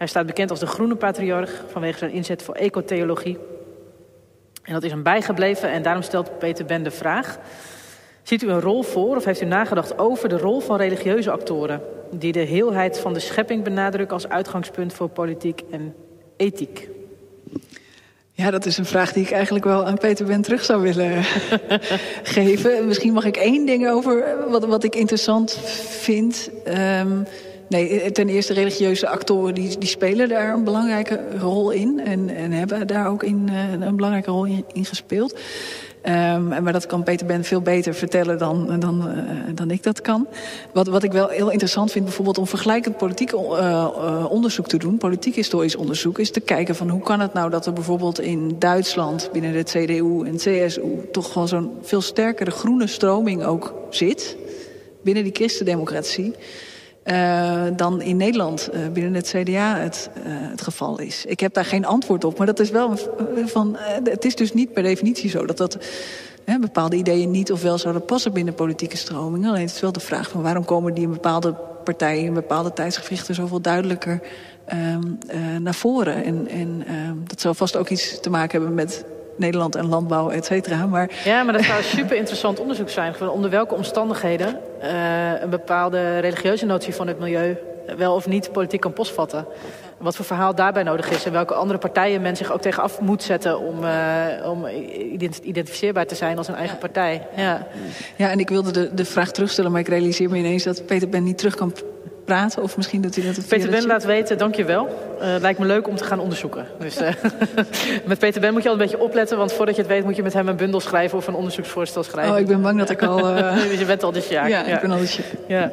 Hij staat bekend als de groene patriarch vanwege zijn inzet voor ecotheologie. En dat is hem bijgebleven en daarom stelt Peter Ben de vraag: ziet u een rol voor of heeft u nagedacht over de rol van religieuze actoren die de heelheid van de schepping benadrukken als uitgangspunt voor politiek en ethiek? Ja, dat is een vraag die ik eigenlijk wel aan Peter Ben terug zou willen geven. Misschien mag ik één ding over wat ik interessant vind. Nee, ten eerste religieuze actoren die spelen daar een belangrijke rol in. En hebben daar ook een belangrijke rol in gespeeld. Maar dat kan Peter Ben veel beter vertellen dan ik dat kan. Wat ik wel heel interessant vind, bijvoorbeeld om vergelijkend politiek onderzoek te doen, politiek historisch onderzoek, is te kijken van hoe kan het nou dat er bijvoorbeeld in Duitsland binnen de CDU en CSU toch wel zo'n veel sterkere groene stroming ook zit binnen die christendemocratie. Dan in Nederland binnen het CDA het geval is. Ik heb daar geen antwoord op, maar dat is wel het is dus niet per definitie zo dat bepaalde ideeën niet of wel zouden passen binnen politieke stromingen. Alleen het is wel de vraag van waarom komen die in bepaalde partijen, in bepaalde tijdsgevrichten zoveel duidelijker naar voren. En dat zal vast ook iets te maken hebben met Nederland en landbouw, et cetera. Ja, maar dat zou een super interessant onderzoek zijn. Onder welke omstandigheden een bepaalde religieuze notie van het milieu wel of niet politiek kan postvatten. Wat voor verhaal daarbij nodig is en welke andere partijen men zich ook tegenaf moet zetten om identificeerbaar te zijn als een eigen partij. Ja, en ik wilde de vraag terugstellen, maar ik realiseer me ineens dat Peter Ben niet terug kan praten. Of misschien doet hij dat Peter Ben laat weten, dankjewel. Lijkt me leuk om te gaan onderzoeken. Dus, met Peter Ben moet je al een beetje opletten, want voordat je het weet moet je met hem een bundel schrijven of een onderzoeksvoorstel schrijven. Oh, ik ben bang dat ik al... Dus je bent al de sjaak. Ja, ik ben al de sjaak. Ja.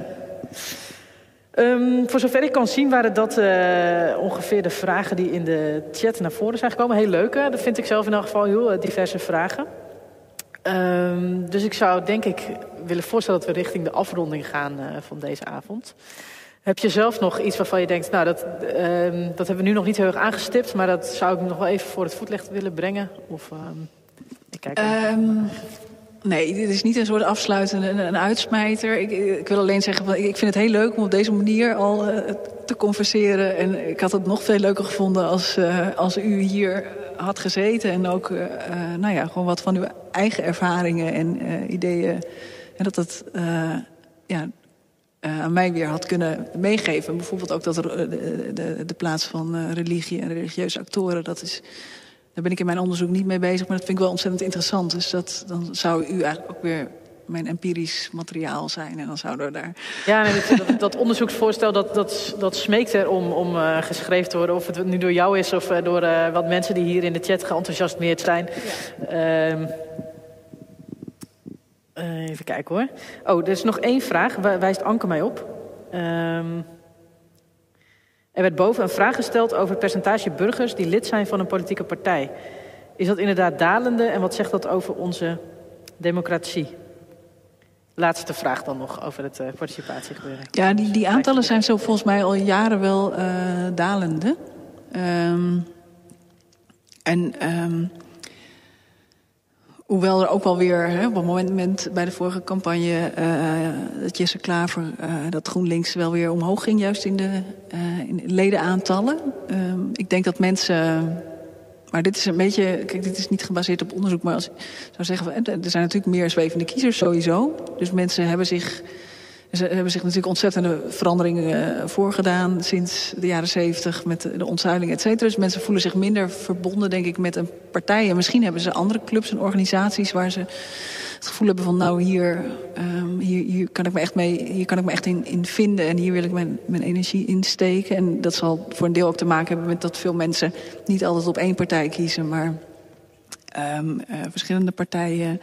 Voor zover ik kan zien waren dat ongeveer de vragen die in de chat naar voren zijn gekomen. Heel leuk, hè? Dat vind ik zelf in elk geval heel diverse vragen. Dus ik zou denk ik willen voorstellen dat we richting de afronding gaan van deze avond. Heb je zelf nog iets waarvan je denkt, nou dat hebben we nu nog niet heel erg aangestipt, maar dat zou ik nog wel even voor het voetlicht willen brengen? Of, ik kijk nee, dit is niet een soort afsluitende een uitsmijter. Ik wil alleen zeggen, ik vind het heel leuk om op deze manier al te converseren. En ik had het nog veel leuker gevonden als u hier had gezeten. En ook gewoon wat van uw eigen ervaringen en ideeën. En dat het aan mij weer had kunnen meegeven. Bijvoorbeeld ook dat de plaats van religie en religieuze actoren, daar ben ik in mijn onderzoek niet mee bezig, maar dat vind ik wel ontzettend interessant. Dus dan zou u eigenlijk ook weer mijn empirisch materiaal zijn. En dan zouden we daar... Ja, dat onderzoeksvoorstel dat smeekt erom om geschreven te worden. Of het nu door jou is of door wat mensen die hier in de chat geenthousiasmeerd zijn. Ja. Even kijken hoor. Oh, er is nog één vraag. Wijst Anke mij op. Er werd boven een vraag gesteld over het percentage burgers die lid zijn van een politieke partij. Is dat inderdaad dalende en wat zegt dat over onze democratie? Laatste vraag dan nog over het participatiegebeuren. Ja, die aantallen zijn zo volgens mij al jaren wel dalende. Hoewel er ook wel weer op een moment bij de vorige campagne dat Jesse Klaver, dat GroenLinks wel weer omhoog ging, juist in de ledenaantallen. Ik denk dat mensen, maar dit is een beetje, kijk, dit is niet gebaseerd op onderzoek, maar als ik zou zeggen, er zijn natuurlijk meer zwevende kiezers sowieso. Dus mensen hebben zich natuurlijk ontzettende veranderingen voorgedaan sinds de jaren 70 met de ontzuiling, et cetera. Dus mensen voelen zich minder verbonden, denk ik, met een partij. En misschien hebben ze andere clubs en organisaties waar ze het gevoel hebben van, nou, hier kan ik me echt in vinden en hier wil ik mijn energie in steken. En dat zal voor een deel ook te maken hebben met dat veel mensen niet altijd op één partij kiezen, maar verschillende partijen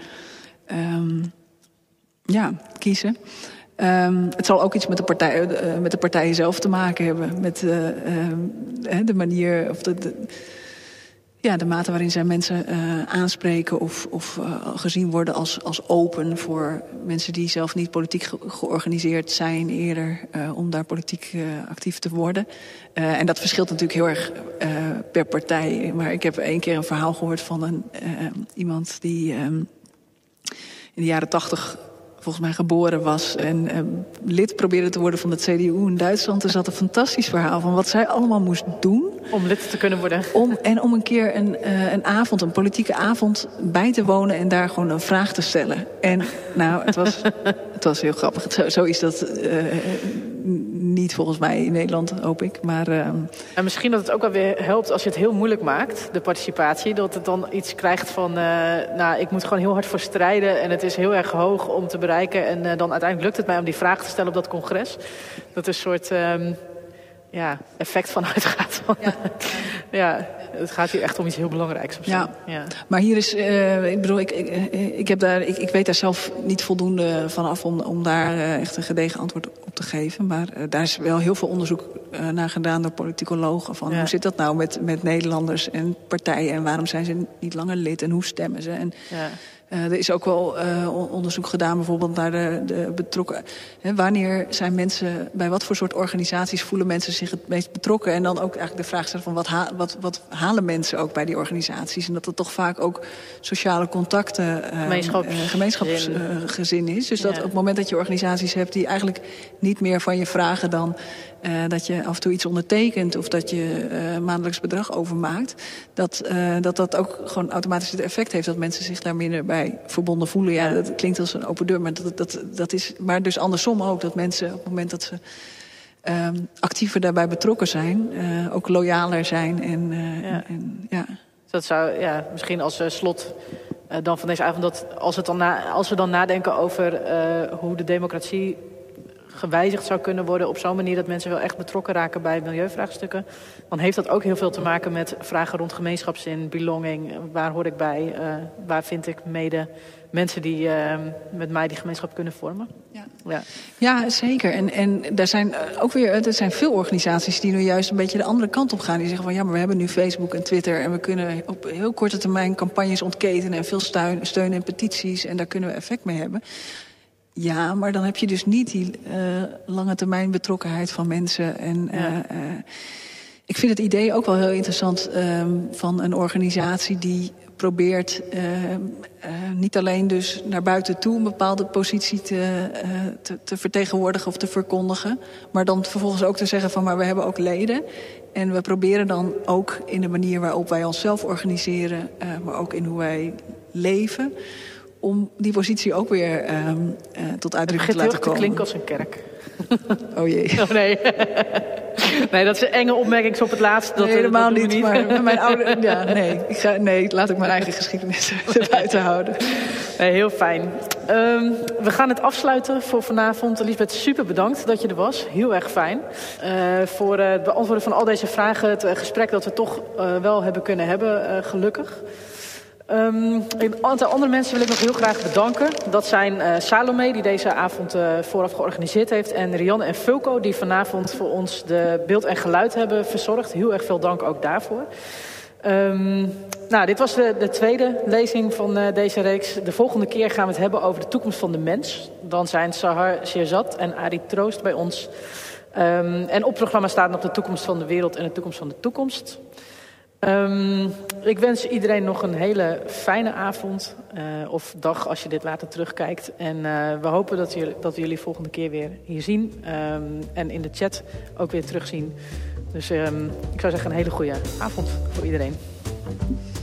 kiezen. Het zal ook iets met de partijen zelf te maken hebben. Met de manier of de mate waarin zij mensen aanspreken of gezien worden als open voor mensen die zelf niet politiek georganiseerd zijn eerder om daar politiek actief te worden. En dat verschilt natuurlijk heel erg per partij. Maar ik heb 1 keer een verhaal gehoord van iemand die in de jaren 80 volgens mij geboren was en lid probeerde te worden van het CDU in Duitsland. Er zat een fantastisch verhaal van wat zij allemaal moest doen. Om lid te kunnen worden. Om een keer een politieke avond bij te wonen en daar gewoon een vraag te stellen. En nou, het was heel grappig. Zo is dat niet volgens mij in Nederland, hoop ik. Maar, En misschien dat het ook wel weer helpt als je het heel moeilijk maakt, de participatie. Dat het dan iets krijgt van, ik moet gewoon heel hard voor strijden. En het is heel erg hoog om te bereiken. En dan uiteindelijk lukt het mij om die vraag te stellen op dat congres. Dat is een soort effect van uitgaat. Ja, het gaat hier echt om iets heel belangrijks. Ja. Maar hier is, ik weet daar zelf niet voldoende van af om daar echt een gedegen antwoord op te geven. Maar daar is wel heel veel onderzoek naar gedaan door politicologen. Van hoe zit dat nou met Nederlanders en partijen en waarom zijn ze niet langer lid en hoe stemmen ze? En, er is ook wel onderzoek gedaan bijvoorbeeld naar de betrokken. Wanneer zijn mensen, bij wat voor soort organisaties voelen mensen zich het meest betrokken? En dan ook eigenlijk de vraag stellen van wat halen mensen ook bij die organisaties? En dat het toch vaak ook sociale contacten, gemeenschapsgezin is. Dus dat op het moment dat je organisaties hebt die eigenlijk niet meer van je vragen dan dat je af en toe iets ondertekent of dat je maandelijks bedrag overmaakt, dat ook gewoon automatisch het effect heeft dat mensen zich daar minder bij verbonden voelen. Ja, dat klinkt als een open deur, maar dat is maar dus andersom ook, dat mensen op het moment dat ze actiever daarbij betrokken zijn, ook loyaler zijn. Dat zou misschien als slot dan van deze avond, dat als we dan nadenken over hoe de democratie gewijzigd zou kunnen worden op zo'n manier dat mensen wel echt betrokken raken bij milieuvraagstukken, dan heeft dat ook heel veel te maken met vragen rond gemeenschapszin, belonging. Waar hoor ik bij? Waar vind ik mede mensen die met mij die gemeenschap kunnen vormen? Ja, zeker. En er zijn veel organisaties die nu juist een beetje de andere kant op gaan. Die zeggen van ja, maar we hebben nu Facebook en Twitter en we kunnen op heel korte termijn campagnes ontketenen en veel steun en petities en daar kunnen we effect mee hebben. Ja, maar dan heb je dus niet die lange termijn betrokkenheid van mensen. En ik vind het idee ook wel heel interessant van een organisatie die probeert niet alleen dus naar buiten toe een bepaalde positie te vertegenwoordigen of te verkondigen, maar dan vervolgens ook te zeggen van maar we hebben ook leden. En we proberen dan ook in de manier waarop wij onszelf organiseren, maar ook in hoe wij leven, om die positie ook weer tot uitdrukking te laten komen. Het klinkt als een kerk. Oh jee. Oh, nee. Nee, dat is een enge opmerking op het laatst. Nee, helemaal niet. Maar mijn ouder, laat ik mijn eigen geschiedenis buiten houden. Nee, heel fijn. We gaan het afsluiten voor vanavond. Elisabeth, super bedankt dat je er was. Heel erg fijn. Voor het beantwoorden van al deze vragen. Het gesprek dat we toch wel hebben kunnen hebben, gelukkig. Een aantal andere mensen wil ik nog heel graag bedanken. Dat zijn Salome, die deze avond vooraf georganiseerd heeft. En Rianne en Fulco, die vanavond voor ons de beeld en geluid hebben verzorgd. Heel erg veel dank ook daarvoor. Dit was de tweede lezing van deze reeks. De volgende keer gaan we het hebben over de toekomst van de mens. Dan zijn Sahar Sherzad en Arie Troost bij ons. En op het programma staat nog de toekomst van de wereld en de toekomst van de toekomst. Ik wens iedereen nog een hele fijne avond of dag als je dit later terugkijkt. En we hopen dat we jullie volgende keer weer hier zien en in de chat ook weer terugzien. Dus ik zou zeggen een hele goede avond voor iedereen.